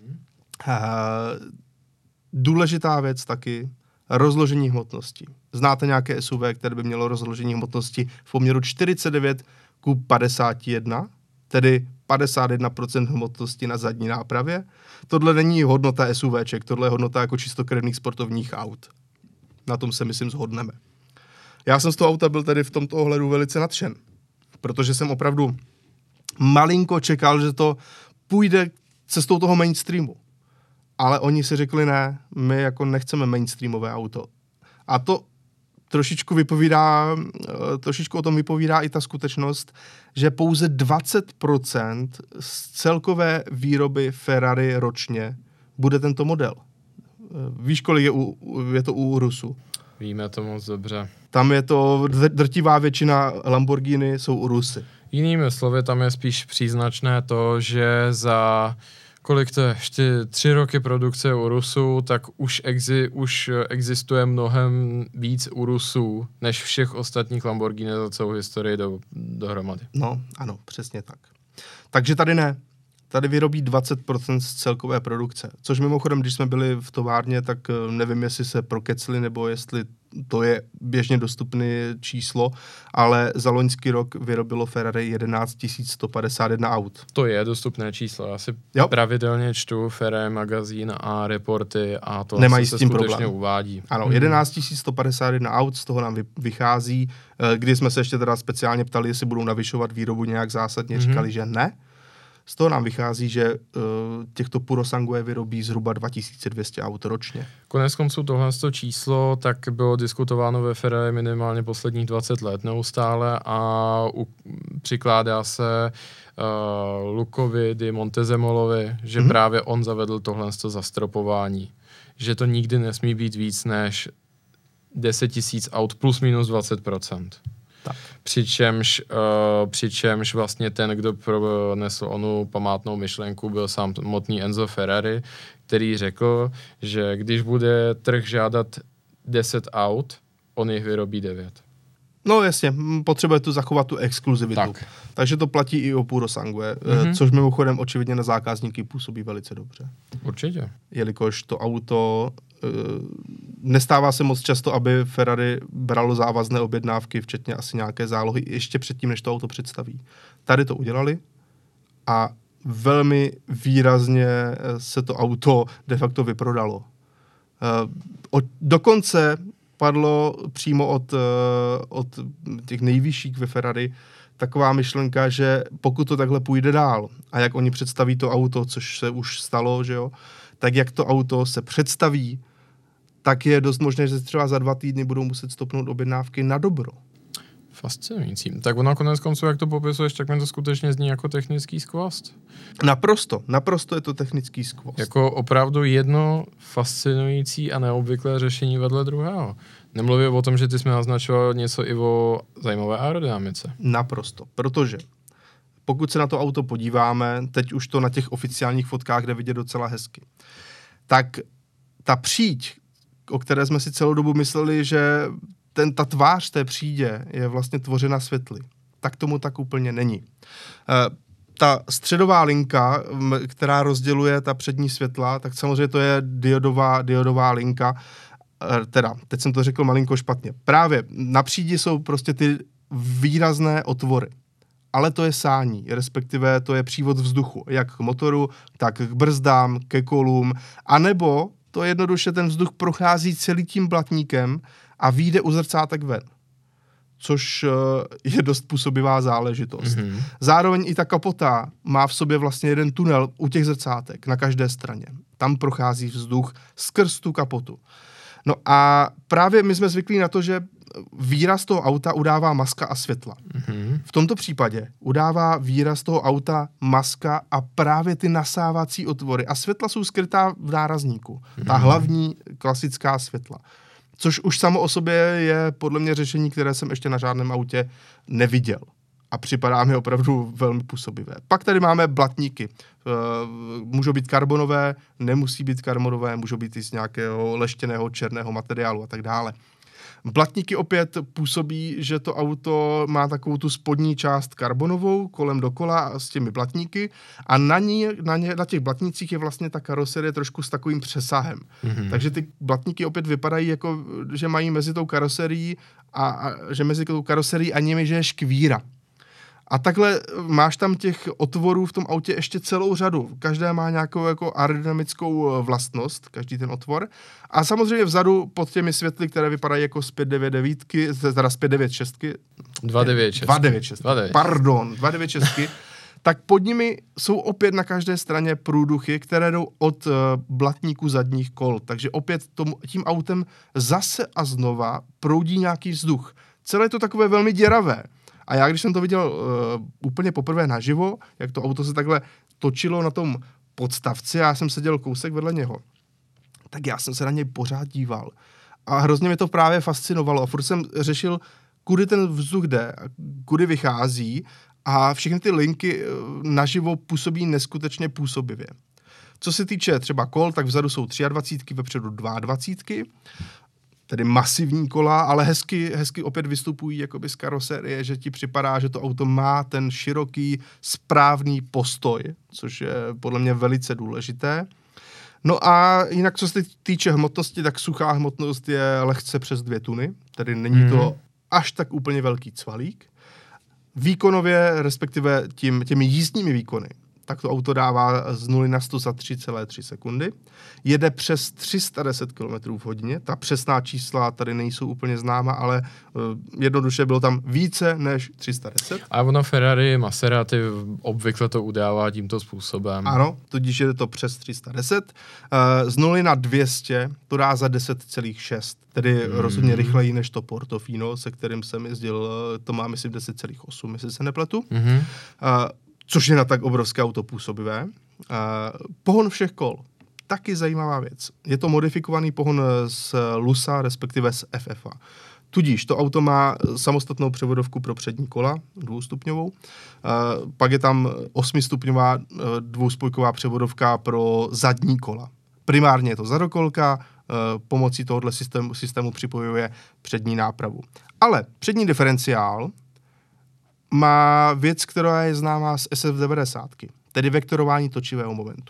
Důležitá věc taky, rozložení hmotnosti. Znáte nějaké SUV, které by mělo rozložení hmotnosti v poměru 49:51, tedy 51% hmotnosti na zadní nápravě? Tohle není hodnota SUVček, tohle je hodnota jako čistokrevných sportovních aut. Na tom se, myslím, shodneme. Já jsem z toho auta byl tedy v tomto ohledu velice nadšen, protože jsem opravdu malinko čekal, že to půjde cestou toho mainstreamu. Ale oni si řekli ne, my jako nechceme mainstreamové auto. A to trošičku o tom vypovídá i ta skutečnost, že pouze 20% z celkové výroby Ferrari ročně bude tento model. Víš, kolik je to u Urusu? Víme to moc dobře. Tam je to, drtivá většina Lamborghini jsou Urusy. Jinými slovy, tam je spíš příznačné to, že za kolik to je, ještě 3 roky produkce Urusu, tak už existuje mnohem víc Urusů, než všech ostatních Lamborghini za celou historii dohromady. No, ano, přesně tak. Takže tady ne. Tady vyrobí 20% z celkové produkce. Což mimochodem, když jsme byli v továrně, tak nevím, jestli se prokecli, nebo jestli to je běžně dostupné číslo, ale za loňský rok vyrobilo Ferrari 11 151 aut. To je dostupné číslo. Já si pravidelně čtu Ferrari magazín a reporty a to nemají se s tím skutečně problém. Uvádí. Ano, 11 151 aut, z toho nám vychází. Když jsme se ještě teda speciálně ptali, jestli budou navyšovat výrobu nějak zásadně, říkali, že ne. Z toho nám vychází, že těchto Purosangue vyrobí zhruba 2200 aut ročně. Konec konců tohle číslo tak bylo diskutováno ve Ferrari minimálně posledních 20 let neustále a přikládá se Lucovi di Montezemolovi, že právě on zavedl tohle zastropování. Že to nikdy nesmí být víc než 10 000 aut plus minus 20%. Tak. Přičemž vlastně ten, kdo pronesl onu památnou myšlenku, byl samotný Enzo Ferrari, který řekl, že když bude trh žádat 10 aut, on jich vyrobí 9. No jasně, potřebuje tu zachovat tu exkluzivitu. Tak. Takže to platí i o Purosangue, což mimochodem očividně na zákazníky působí velice dobře. Určitě. Jelikož to auto nestává se moc často, aby Ferrari bralo závazné objednávky, včetně asi nějaké zálohy, ještě předtím, než to auto představí. Tady to udělali a velmi výrazně se to auto de facto vyprodalo. Dokonce padlo přímo od těch nejvyšších ve Ferrari taková myšlenka, že pokud to takhle půjde dál a jak oni představí to auto, což se už stalo, že jo, tak jak to auto se představí, tak je dost možné, že třeba za 2 týdny budou muset stopnout objednávky na dobro. Fascinující. Tak ono konec konců, jak to popisuješ, tak mi to skutečně zní jako technický skvost. Naprosto je to technický skvost. Jako opravdu jedno fascinující a neobvyklé řešení vedle druhého. Nemluvím o tom, že ty jsme naznačoval něco i o zajímavé aerodynamice. Naprosto, protože pokud se na to auto podíváme, teď už to na těch oficiálních fotkách jde vidět docela hezky, tak ta příď, o které jsme si celou dobu mysleli, že ta tvář té přídě je vlastně tvořena světly. Tak tomu tak úplně není. Ta středová linka, která rozděluje ta přední světla, tak samozřejmě to je diodová linka. Teda, teď jsem to řekl malinko špatně. Právě na přídi jsou prostě ty výrazné otvory. Ale to je sání, respektive to je přívod vzduchu, jak k motoru, tak k brzdám, ke kolům, anebo to jednoduše ten vzduch prochází celý tím blatníkem a vyjde u zrcátek ven. Což je dost působivá záležitost. Zároveň i ta kapota má v sobě vlastně jeden tunel u těch zrcátek na každé straně. Tam prochází vzduch skrz tu kapotu. No a právě my jsme zvyklí na to, že výraz toho auta udává maska a světla. V tomto případě udává výraz toho auta maska a právě ty nasávací otvory. A světla jsou skrytá v nárazníku. Ta hlavní klasická světla. Což už samo o sobě je podle mě řešení, které jsem ještě na žádném autě neviděl. A připadá mi opravdu velmi působivé. Pak tady máme blatníky. Můžou být karbonové, nemusí být karbonové, můžou být i z nějakého leštěného černého materiálu a tak dále. Blatníky opět působí, že to auto má takovou tu spodní část karbonovou kolem dokola s těmi blatníky a na těch blatnících je vlastně ta karoserie trošku s takovým přesahem. Takže ty blatníky opět vypadají jako, že mají mezi tou karoserií a že mezi tou karoserií a nimi, že je škvíra. A takhle máš tam těch otvorů v tom autě ještě celou řadu. Každé má nějakou jako aerodynamickou vlastnost, každý ten otvor. A samozřejmě vzadu pod těmi světly, které vypadají jako z 599, teda z 596. 296. Pardon, 296. Tak pod nimi jsou opět na každé straně průduchy, které jdou od blatníku zadních kol. Takže opět tím autem zase a znova proudí nějaký vzduch. Celé je to takové velmi děravé. A já, když jsem to viděl úplně poprvé naživo, jak to auto se takhle točilo na tom podstavci, já jsem seděl kousek vedle něho, tak já jsem se na něj pořád díval. A hrozně mě to právě fascinovalo. A furt jsem řešil, kudy ten vzduch jde, kudy vychází a všechny ty linky naživo působí neskutečně působivě. Co se týče třeba kol, tak vzadu jsou 23, vepředu 22, tedy masivní kola, ale hezky opět vystupují jakoby z karoserie, že ti připadá, že to auto má ten široký, správný postoj, což je podle mě velice důležité. No a jinak, co se týče hmotnosti, tak suchá hmotnost je lehce přes 2 tuny, tedy není to až tak úplně velký cvalík. Výkonově, respektive těmi jízdními výkony, tak to auto dává z 0 na 100 za 3,3 sekundy. Jede přes 310 km v hodině. Ta přesná čísla tady nejsou úplně známa, ale jednoduše bylo tam více než 310. A ono Ferrari, Maserati obvykle to udává tímto způsobem. Ano, tudíž jede to přes 310. Z 0 na 200 to dá za 10,6. Tedy rozhodně rychleji než to Portofino, se kterým jsem jezdil, to má myslím 10,8, jestli se nepletu. Což je na tak obrovské auto působivé. Pohon všech kol. Taky zajímavá věc. Je to modifikovaný pohon z Lusa, respektive z FFA. Tudíž to auto má samostatnou převodovku pro přední kola, 2stupňovou. Pak je tam 8stupňová 2spojková převodovka pro zadní kola. Primárně je to zadokolka, pomocí tohoto systému připojuje přední nápravu. Ale přední diferenciál má věc, která je známá z SF90, tedy vektorování točivého momentu.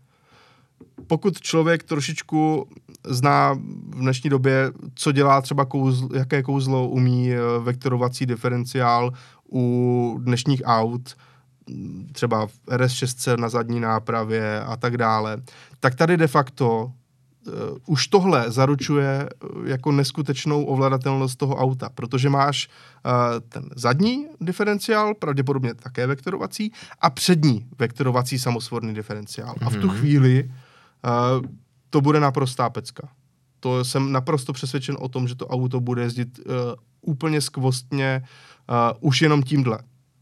Pokud člověk trošičku zná v dnešní době, co dělá třeba jaké kouzlo umí vektorovací diferenciál u dnešních aut, třeba v RS6 na zadní nápravě a tak dále, tak tady de facto už tohle zaručuje jako neskutečnou ovladatelnost toho auta, protože máš ten zadní diferenciál, pravděpodobně také vektorovací, a přední vektorovací samosvorný diferenciál. A v tu chvíli to bude naprostá pecka. To jsem naprosto přesvědčen o tom, že to auto bude jezdit úplně skvostně už jenom tímhle.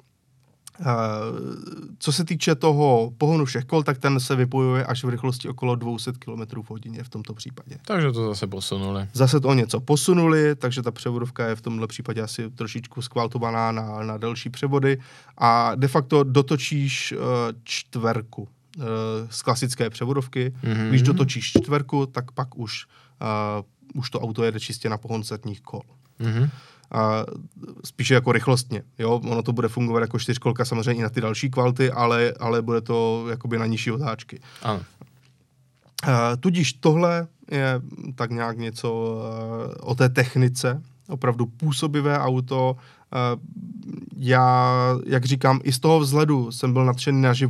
Co se týče toho pohonu všech kol, tak ten se vypojuje až v rychlosti okolo 200 km v hodině v tomto případě. Takže to zase posunuli. Zase to o něco posunuli, takže ta převodovka je v tomhle případě asi trošičku skvaltovaná na delší převody a de facto dotočíš čtverku z klasické převodovky. Když dotočíš čtverku, tak pak už to auto jede čistě na pohon zadních kol. Spíše jako rychlostně. Jo? Ono to bude fungovat jako 4kolka samozřejmě i na ty další kvality, ale bude to jakoby na nižší otáčky. Ano. Tudíž tohle je tak nějak něco o té technice. Opravdu působivé auto. Já, jak říkám, i z toho vzhledu jsem byl nadšený naživo.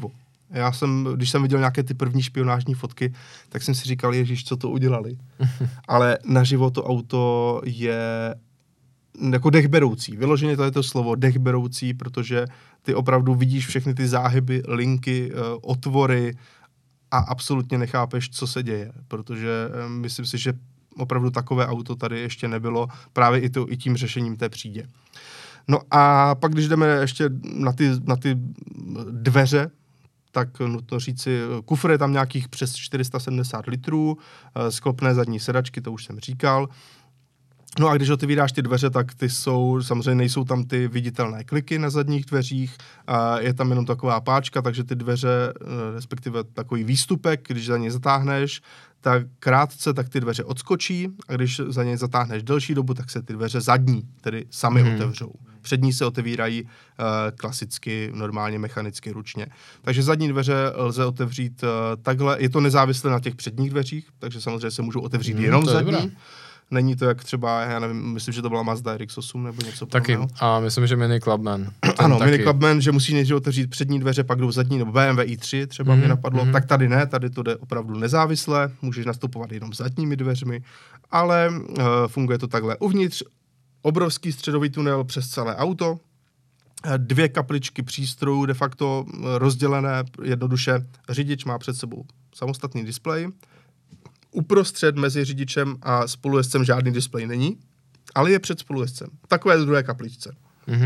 Když jsem viděl nějaké ty první špionážní fotky, tak jsem si říkal, ježiš, co to udělali. Ale naživo to auto je jako dechberoucí. Vyloženě to je to slovo dechberoucí, protože ty opravdu vidíš všechny ty záhyby, linky, otvory a absolutně nechápeš, co se děje, protože myslím si, že opravdu takové auto tady ještě nebylo právě i tím řešením té přídě. No a pak, když jdeme ještě na ty dveře, tak nutno říci, kufr je tam nějakých přes 470 litrů, sklopné zadní sedačky, to už jsem říkal. No a když otevíráš ty dveře, tak samozřejmě nejsou tam ty viditelné kliky na zadních dveřích, je tam jenom taková páčka, takže ty dveře, respektive takový výstupek, když za něj zatáhneš, tak krátce, tak ty dveře odskočí a když za něj zatáhneš delší dobu, tak se ty dveře zadní, tedy sami otevřou. Přední se otevírají klasicky, normálně, mechanicky, ručně. Takže zadní dveře lze otevřít takhle, je to nezávislé na těch předních dveřích, takže samozřejmě se můžou otevřít jenom zadní. Dobré. Není to jak třeba, já nevím, myslím, že to byla Mazda RX-8 nebo něco podobného. Taky, a myslím, že Mini Clubman. Ano, Mini Clubman, že musíš nejdřív otevřít přední dveře, pak jdou zadní, nebo BMW i3 třeba mě napadlo, tak tady ne, tady to jde opravdu nezávisle, můžeš nastupovat jenom zadními dveřmi, ale funguje to takhle. Uvnitř obrovský středový tunel přes celé auto, 2 kapličky přístrojů de facto rozdělené jednoduše, řidič má před sebou samostatný displej, uprostřed mezi řidičem a spolujezdcem žádný displej není, ale je před spolujezdcem. Takové druhé kapličce.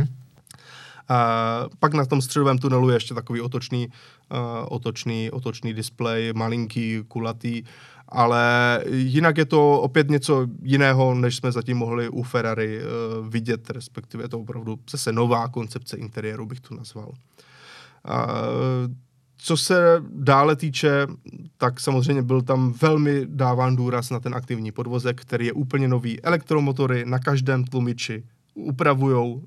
Pak na tom středovém tunelu je ještě takový otočný displej, malinký, kulatý, ale jinak je to opět něco jiného, než jsme zatím mohli u Ferrari vidět, respektive je to opravdu zase nová koncepce interiéru, bych to nazval. Co se dále týče, tak samozřejmě byl tam velmi dáván důraz na ten aktivní podvozek, který je úplně nový. Elektromotory na každém tlumiči upravujou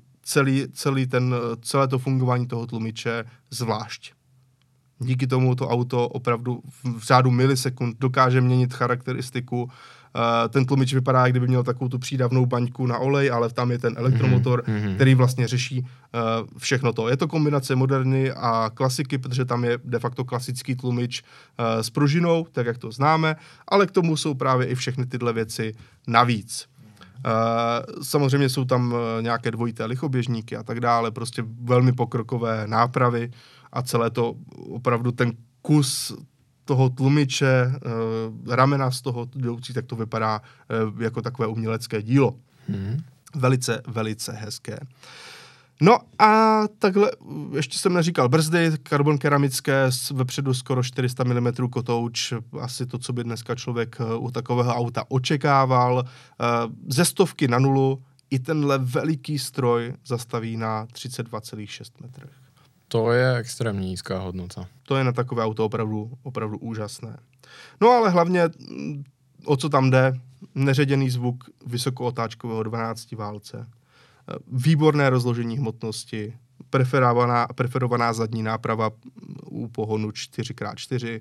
celé to fungování toho tlumiče zvlášť. Díky tomu to auto opravdu v řádu milisekund dokáže měnit charakteristiku. Ten tlumič vypadá, jak kdyby měl takovou tu přídavnou baňku na olej, ale tam je ten elektromotor, který vlastně řeší všechno to. Je to kombinace moderny a klasiky, protože tam je de facto klasický tlumič s pružinou, tak jak to známe, ale k tomu jsou právě i všechny tyhle věci navíc. Samozřejmě jsou tam nějaké dvojité lichoběžníky a tak dále, prostě velmi pokrokové nápravy a celé to opravdu ten kus toho tlumiče, ramena z toho jdoucí, tak to vypadá jako takové umělecké dílo. Velice, velice hezké. No a takhle, ještě jsem neříkal, brzdy, karbon keramické, vepředu skoro 400 mm kotouč, asi to, co by dneska člověk u takového auta očekával. Ze 100 na 0 i tenhle veliký stroj zastaví na 32,6 metrech. To je extrémně nízká hodnota. To je na takové auto opravdu úžasné. No ale hlavně, o co tam jde, neředěný zvuk vysokootáčkového 12 válce, výborné rozložení hmotnosti, preferovaná zadní náprava u pohonu 4x4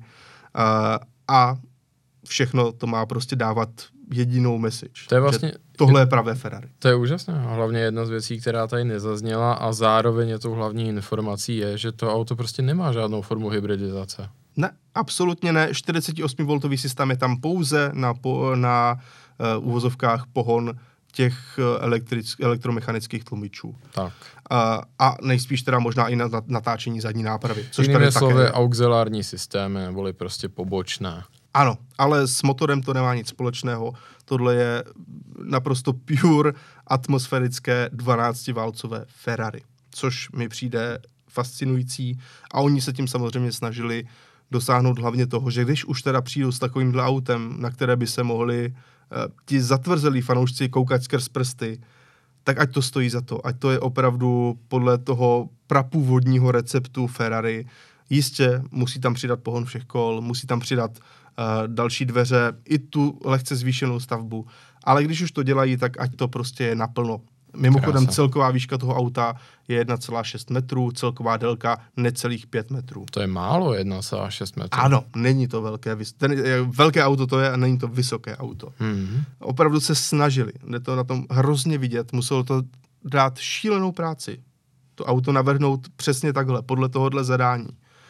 a všechno to má prostě dávat jedinou message. To je vlastně, tohle je pravé Ferrari. To je úžasné. Hlavně jedna z věcí, která tady nezazněla a zároveň je tou hlavní informací je, že to auto prostě nemá žádnou formu hybridizace. Ne, absolutně ne. 48V systém je tam pouze na uvozovkách pohon těch elektromechanických tlumičů. Tak. A nejspíš teda možná i na natáčení zadní nápravy. Což jinými slovy auxiliární systémy, neboli prostě pobočné. Ano, ale s motorem to nemá nic společného. Tohle je naprosto pure atmosférické 12válcové Ferrari, což mi přijde fascinující a oni se tím samozřejmě snažili dosáhnout hlavně toho, že když už teda přijdou s takovýmhle autem, na které by se mohli ti zatvrzelí fanoušci koukat skrz prsty, tak ať to stojí za to. Ať to je opravdu podle toho prapůvodního receptu Ferrari. Jistě musí tam přidat pohon všech kol, musí tam přidat další dveře, i tu lehce zvýšenou stavbu. Ale když už to dělají, tak ať to prostě je naplno. Mimochodem celková výška toho auta je 1,6 metrů, celková délka necelých 5 metrů. To je málo 1,6 metrů. Ano, není to velké auto to je a není to vysoké auto. Opravdu se snažili, jde to na tom hrozně vidět, muselo to dát šílenou práci. To auto navrhnout přesně takhle, podle tohohle zadání.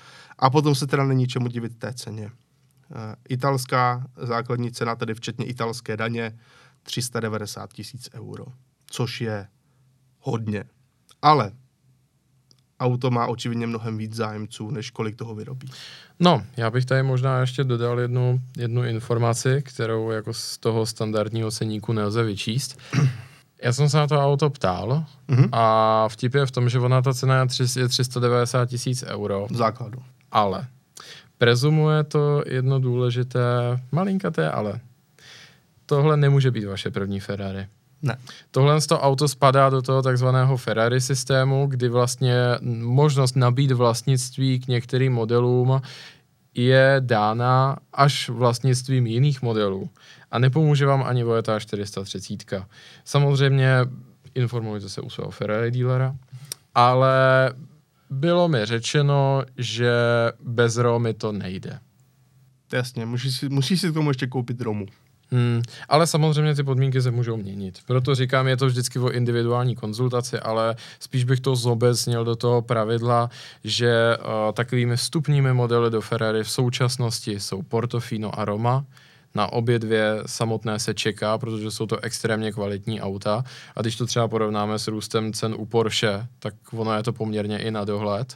A potom se teda není čemu divit té ceně. Italská základní cena, tedy včetně italské daně, 390 000 euro, což je hodně. Ale auto má očividně mnohem víc zájemců, než kolik toho vyrobí. No, já bych tady možná ještě dodal jednu informaci, kterou jako z toho standardního ceníku nelze vyčíst. Já jsem se na to auto ptal a vtip je v tom, že ona ta cena je 390 000 euro. V základu. Ale prezumuje to jedno důležité, malinkaté ale. Tohle nemůže být vaše první Ferrari. Ne. Tohle z toho auto spadá do toho takzvaného Ferrari systému, kdy vlastně možnost nabít vlastnictví k některým modelům je dána až vlastnictvím jiných modelů. A nepomůže vám ani Voyeta 430. Samozřejmě informujte se u svého Ferrari dealera, ale bylo mi řečeno, že bez Romy to nejde. Jasně, musíš si k tomu ještě koupit Romu. Ale samozřejmě ty podmínky se můžou měnit. Proto říkám, je to vždycky o individuální konzultaci, ale spíš bych to zobecnil do toho pravidla, že takovými vstupními modely do Ferrari v současnosti jsou Portofino a Roma. Na obě dvě samotné se čeká, protože jsou to extrémně kvalitní auta. A když to třeba porovnáme s růstem cen u Porsche, tak ono je to poměrně i na dohled.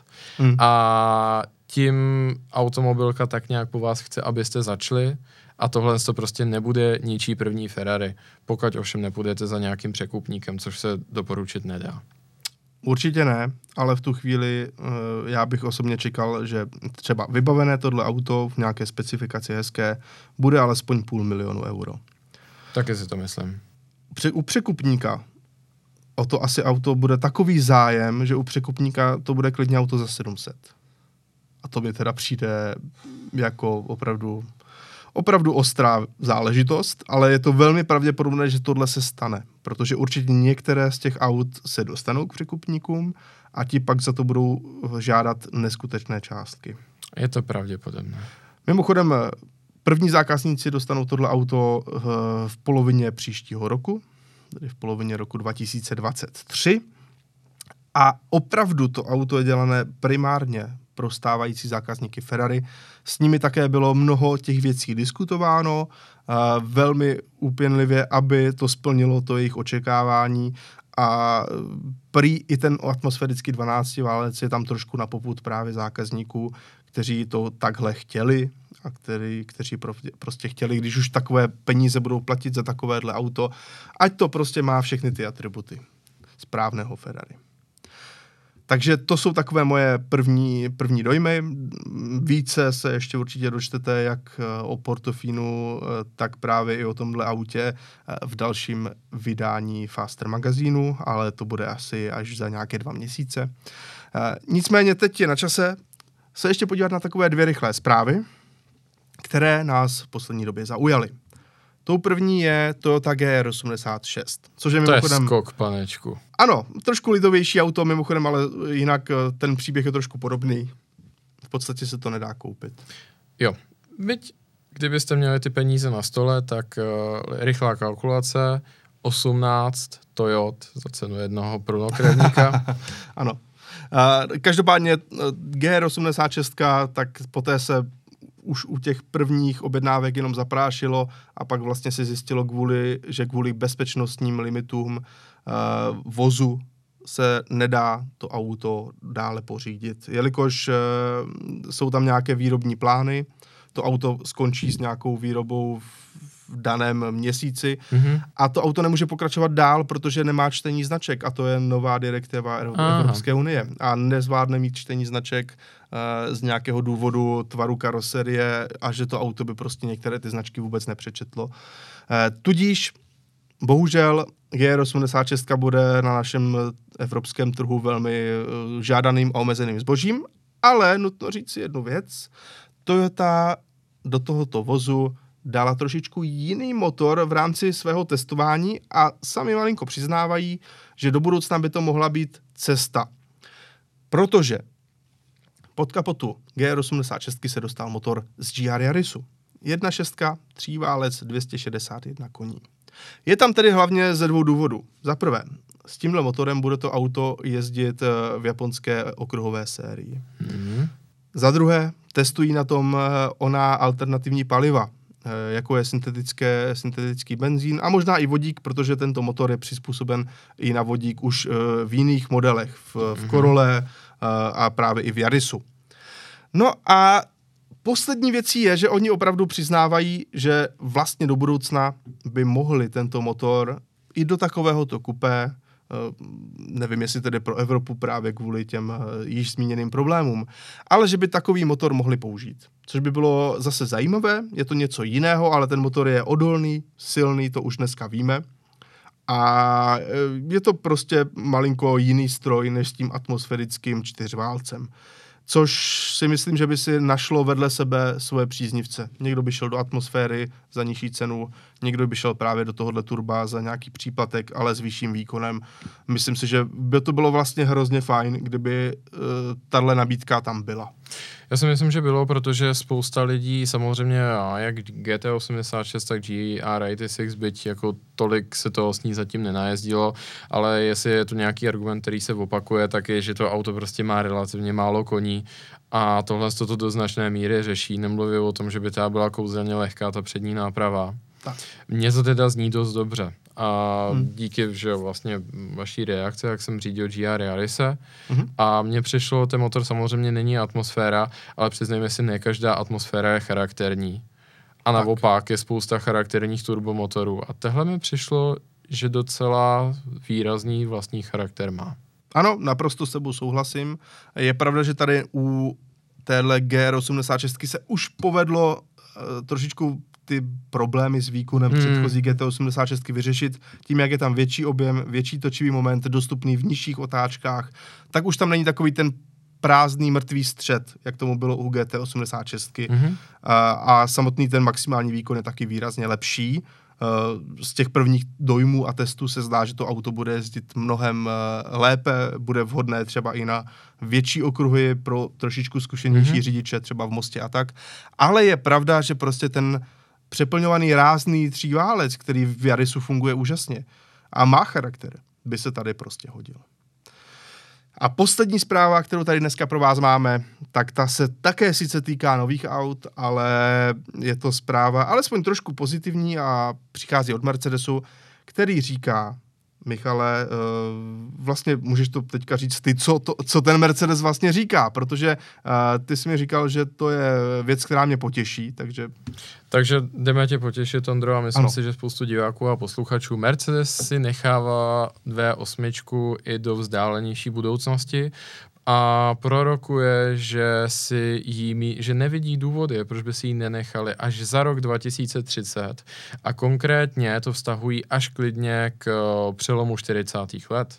A tím automobilka tak nějak po vás chce, abyste začali. A tohle to prostě nebude ničí první Ferrari, pokud ovšem nepůjdete za nějakým překupníkem, což se doporučit nedá. Určitě ne, ale v tu chvíli já bych osobně čekal, že třeba vybavené tohle auto v nějaké specifikaci hezké bude alespoň 500 000 euro. Taky si to myslím. U překupníka o to asi auto bude takový zájem, že u překupníka to bude klidně auto za 700. A to mi teda přijde jako opravdu ostrá záležitost, ale je to velmi pravděpodobné, že tohle se stane, protože určitě některé z těch aut se dostanou k překupníkům a ti pak za to budou žádat neskutečné částky. Je to pravděpodobné. Mimochodem, první zákazníci dostanou tohle auto v polovině příštího roku, tedy v polovině roku 2023 a opravdu to auto je dělané primárně pro stávající zákazníky Ferrari. S nimi také bylo mnoho těch věcí diskutováno, velmi úpěnlivě, aby to splnilo to jejich očekávání a prý i ten atmosférický 12 válec je tam trošku na popud právě zákazníků, kteří to takhle chtěli a kteří prostě chtěli, když už takové peníze budou platit za takovéhle auto, ať to prostě má všechny ty atributy správného Ferrari. Takže to jsou takové moje první dojmy. Více se ještě určitě dočtete jak o Portofinu, tak právě i o tomhle autě v dalším vydání Faster magazínu, ale to bude asi až za nějaké 2 měsíce. Nicméně teď je na čase se ještě podívat na takové 2 rychlé zprávy, které nás v poslední době zaujaly. Tou první je Toyota GR86, což je mimochodem... To je skok, panečku. Ano, trošku lidovější auto, mimochodem, ale jinak ten příběh je trošku podobný. V podstatě se to nedá koupit. Jo, byť kdybyste měli ty peníze na stole, tak rychlá kalkulace, 18 Toyot za cenu jednoho průnokrevníka. Ano. Každopádně GR86, tak poté se už u těch prvních objednávek jenom zaprášilo a pak vlastně se zjistilo, že kvůli bezpečnostním limitům vozu se nedá to auto dále pořídit. Jelikož jsou tam nějaké výrobní plány, to auto skončí s nějakou výrobou v daném měsíci a to auto nemůže pokračovat dál, protože nemá čtení značek a to je nová direktiva Evropské unie a nezvládne mít čtení značek z nějakého důvodu tvaru karoserie a že to auto by prostě některé ty značky vůbec nepřečetlo. Tudíž bohužel GR86 bude na našem evropském trhu velmi žádaným a omezeným zbožím, ale nutno říct si jednu věc. Toyota do tohoto vozu dala trošičku jiný motor v rámci svého testování a sami malinko přiznávají, že do budoucna by to mohla být cesta. Protože pod kapotu GR86 se dostal motor z GR Yarisu. 1.6, 3válec, 261 koní. Je tam tedy hlavně ze 2 důvodů. Za prvé, s tímhle motorem bude to auto jezdit v japonské okruhové sérii. Za druhé, testují na tom ona alternativní paliva, jako je syntetický benzín a možná i vodík, protože tento motor je přizpůsoben i na vodík už v jiných modelech, v Corolle a právě i v Yarisu. No a poslední věcí je, že oni opravdu přiznávají, že vlastně do budoucna by mohli tento motor i do takovéhoto kupé, nevím, jestli tedy pro Evropu právě kvůli těm již zmíněným problémům, ale že by takový motor mohli použít. Což by bylo zase zajímavé, je to něco jiného, ale ten motor je odolný, silný, to už dneska víme. A je to prostě malinko jiný stroj než s tím atmosférickým čtyřválcem. Což si myslím, že by si našlo vedle sebe svoje příznivce. Někdo by šel do atmosféry za nižší cenu, někdo by šel právě do tohohle turba za nějaký příplatek, ale s vyšším výkonem. Myslím si, že by to bylo vlastně hrozně fajn, kdyby tahle nabídka tam byla. Já si myslím, že bylo, protože spousta lidí samozřejmě, jak GT86, tak GR86, byť jako tolik se toho s ní zatím nenajezdilo, ale jestli je tu nějaký argument, který se opakuje, tak je, že to auto prostě má relativně málo koní a tohle to do značné míry řeší. Nemluvím o tom, že by ta byla kouzelně lehká ta přední náprava. Tak. Mně to teda zní dost dobře. A díky, že vlastně vaší reakce, jak jsem řídil GR Yarise, a mně přišlo, ten motor samozřejmě není atmosféra, ale přiznejme si, ne každá atmosféra je charakterní. A naopak je spousta charakterních turbomotorů. A tehle mi přišlo, že docela výrazný vlastní charakter má. Ano, naprosto s sebou souhlasím. Je pravda, že tady u téhle GR86 se už povedlo trošičku ty problémy s výkonem předchozí GT86 vyřešit tím, jak je tam větší objem, větší točivý moment, dostupný v nižších otáčkách, tak už tam není takový ten prázdný mrtvý střed, jak tomu bylo u GT86. A samotný ten maximální výkon je taky výrazně lepší. Z těch prvních dojmů a testů se zdá, že to auto bude jezdit mnohem lépe, bude vhodné třeba i na větší okruhy pro trošičku zkušenější řidiče, třeba v Mostě a tak. Ale je pravda, že prostě ten přeplňovaný rázný tříválec, který v Yarisu funguje úžasně a má charakter, by se tady prostě hodil. A poslední zpráva, kterou tady dneska pro vás máme, tak ta se také sice týká nových aut, ale je to zpráva alespoň trošku pozitivní a přichází od Mercedesu, který říká, Michale, vlastně můžeš to teďka říct ty, co ten Mercedes vlastně říká, protože ty jsi mi říkal, že to je věc, která mě potěší, takže... Takže jdeme tě potěšit, Ondro, a myslím si, že spoustu diváků a posluchačů Mercedes si nechává V8 i do vzdálenější budoucnosti a prorokuje, že nevidí důvody, proč by si ji nenechali až za rok 2030 a konkrétně to vztahují až klidně k přelomu 40. let.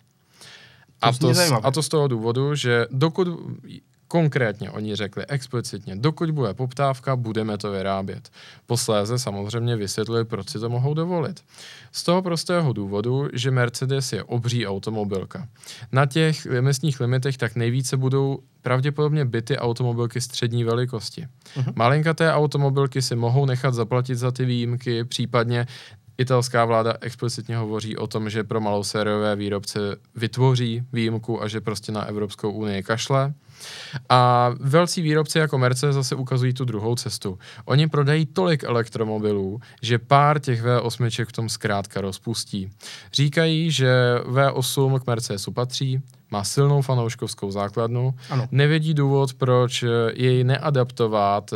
A to z toho důvodu, že dokud konkrétně oni řekli explicitně, dokud bude poptávka, budeme to vyrábět. Posléze samozřejmě vysvětlili, proč si to mohou dovolit. Z toho prostého důvodu, že Mercedes je obří automobilka. Na těch emisních limitech tak nejvíce budou pravděpodobně byty automobilky střední velikosti. Malinkaté automobilky si mohou nechat zaplatit za ty výjimky, případně italská vláda explicitně hovoří o tom, že pro malosériové výrobce vytvoří výjimku a že prostě na Evropskou unii kašle. A velcí výrobci jako Mercedes zase ukazují tu druhou cestu. Oni prodají tolik elektromobilů, že pár těch V8 v tom zkrátka rozpustí. Říkají, že V8 k Mercedesu patří, má silnou fanouškovskou základnu, nevědí důvod, proč jej neadaptovat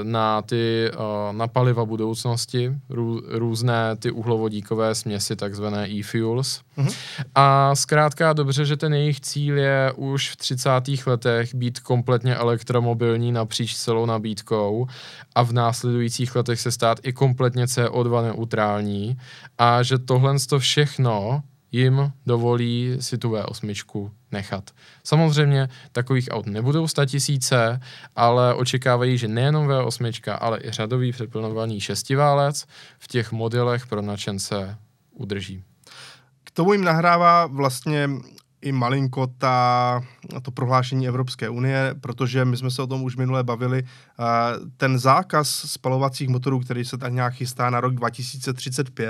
na paliva budoucnosti, různé ty uhlovodíkové směsi, takzvané e-fuels. A zkrátka dobře, že ten jejich cíl je už v 30. letech být kompletně elektromobilní napříč celou nabídkou a v následujících letech se stát i kompletně CO2 neutrální a že tohle všechno jim dovolí si tu V8 nechat. Samozřejmě takových aut nebudou 100 000, ale očekávají, že nejenom V8, ale i řadový přeplňovaný šestiválec v těch modelech pro nadšence udrží. K tomu jim nahrává vlastně i malinko to prohlášení Evropské unie, protože my jsme se o tom už minule bavili. Ten zákaz spalovacích motorů, který se tak nějak chystá na rok 2035,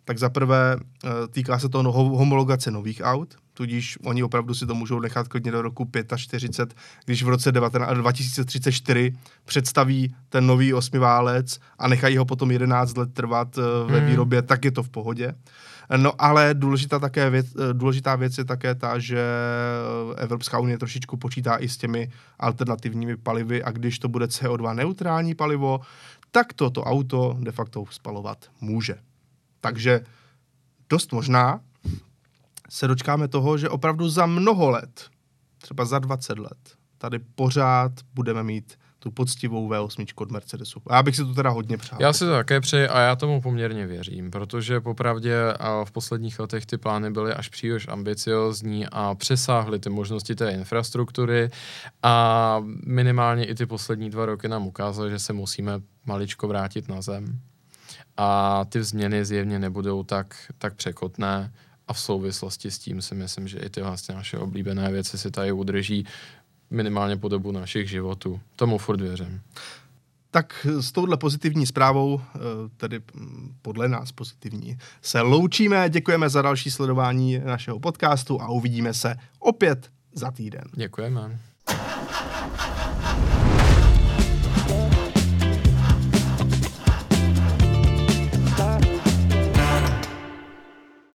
tak zaprvé týká se to homologace nových aut, tudíž oni opravdu si to můžou nechat klidně do roku 45, když v roce 2034 představí ten nový osmiválec a nechají ho potom 11 let trvat ve výrobě, tak je to v pohodě. No ale důležitá věc je také ta, že Evropská unie trošičku počítá i s těmi alternativními palivy a když to bude CO2 neutrální palivo, tak toto auto de facto spalovat může. Takže dost možná se dočkáme toho, že opravdu za mnoho let, třeba za 20 let, tady pořád budeme mít tu poctivou V8 od Mercedesu. A já bych si to teda hodně přál. Já si to také přeji a já tomu poměrně věřím, protože popravdě v posledních letech ty plány byly až příliš ambiciozní a přesáhly ty možnosti té infrastruktury a minimálně i ty poslední 2 roky nám ukázaly, že se musíme maličko vrátit na zem. A ty změny zjevně nebudou tak překotné a v souvislosti s tím si myslím, že i ty vlastně naše oblíbené věci si tady udrží minimálně po dobu našich životů. Tomu furt věřím. Tak s touhle pozitivní zprávou, tedy podle nás pozitivní, se loučíme, děkujeme za další sledování našeho podcastu a uvidíme se opět za týden. Děkujeme.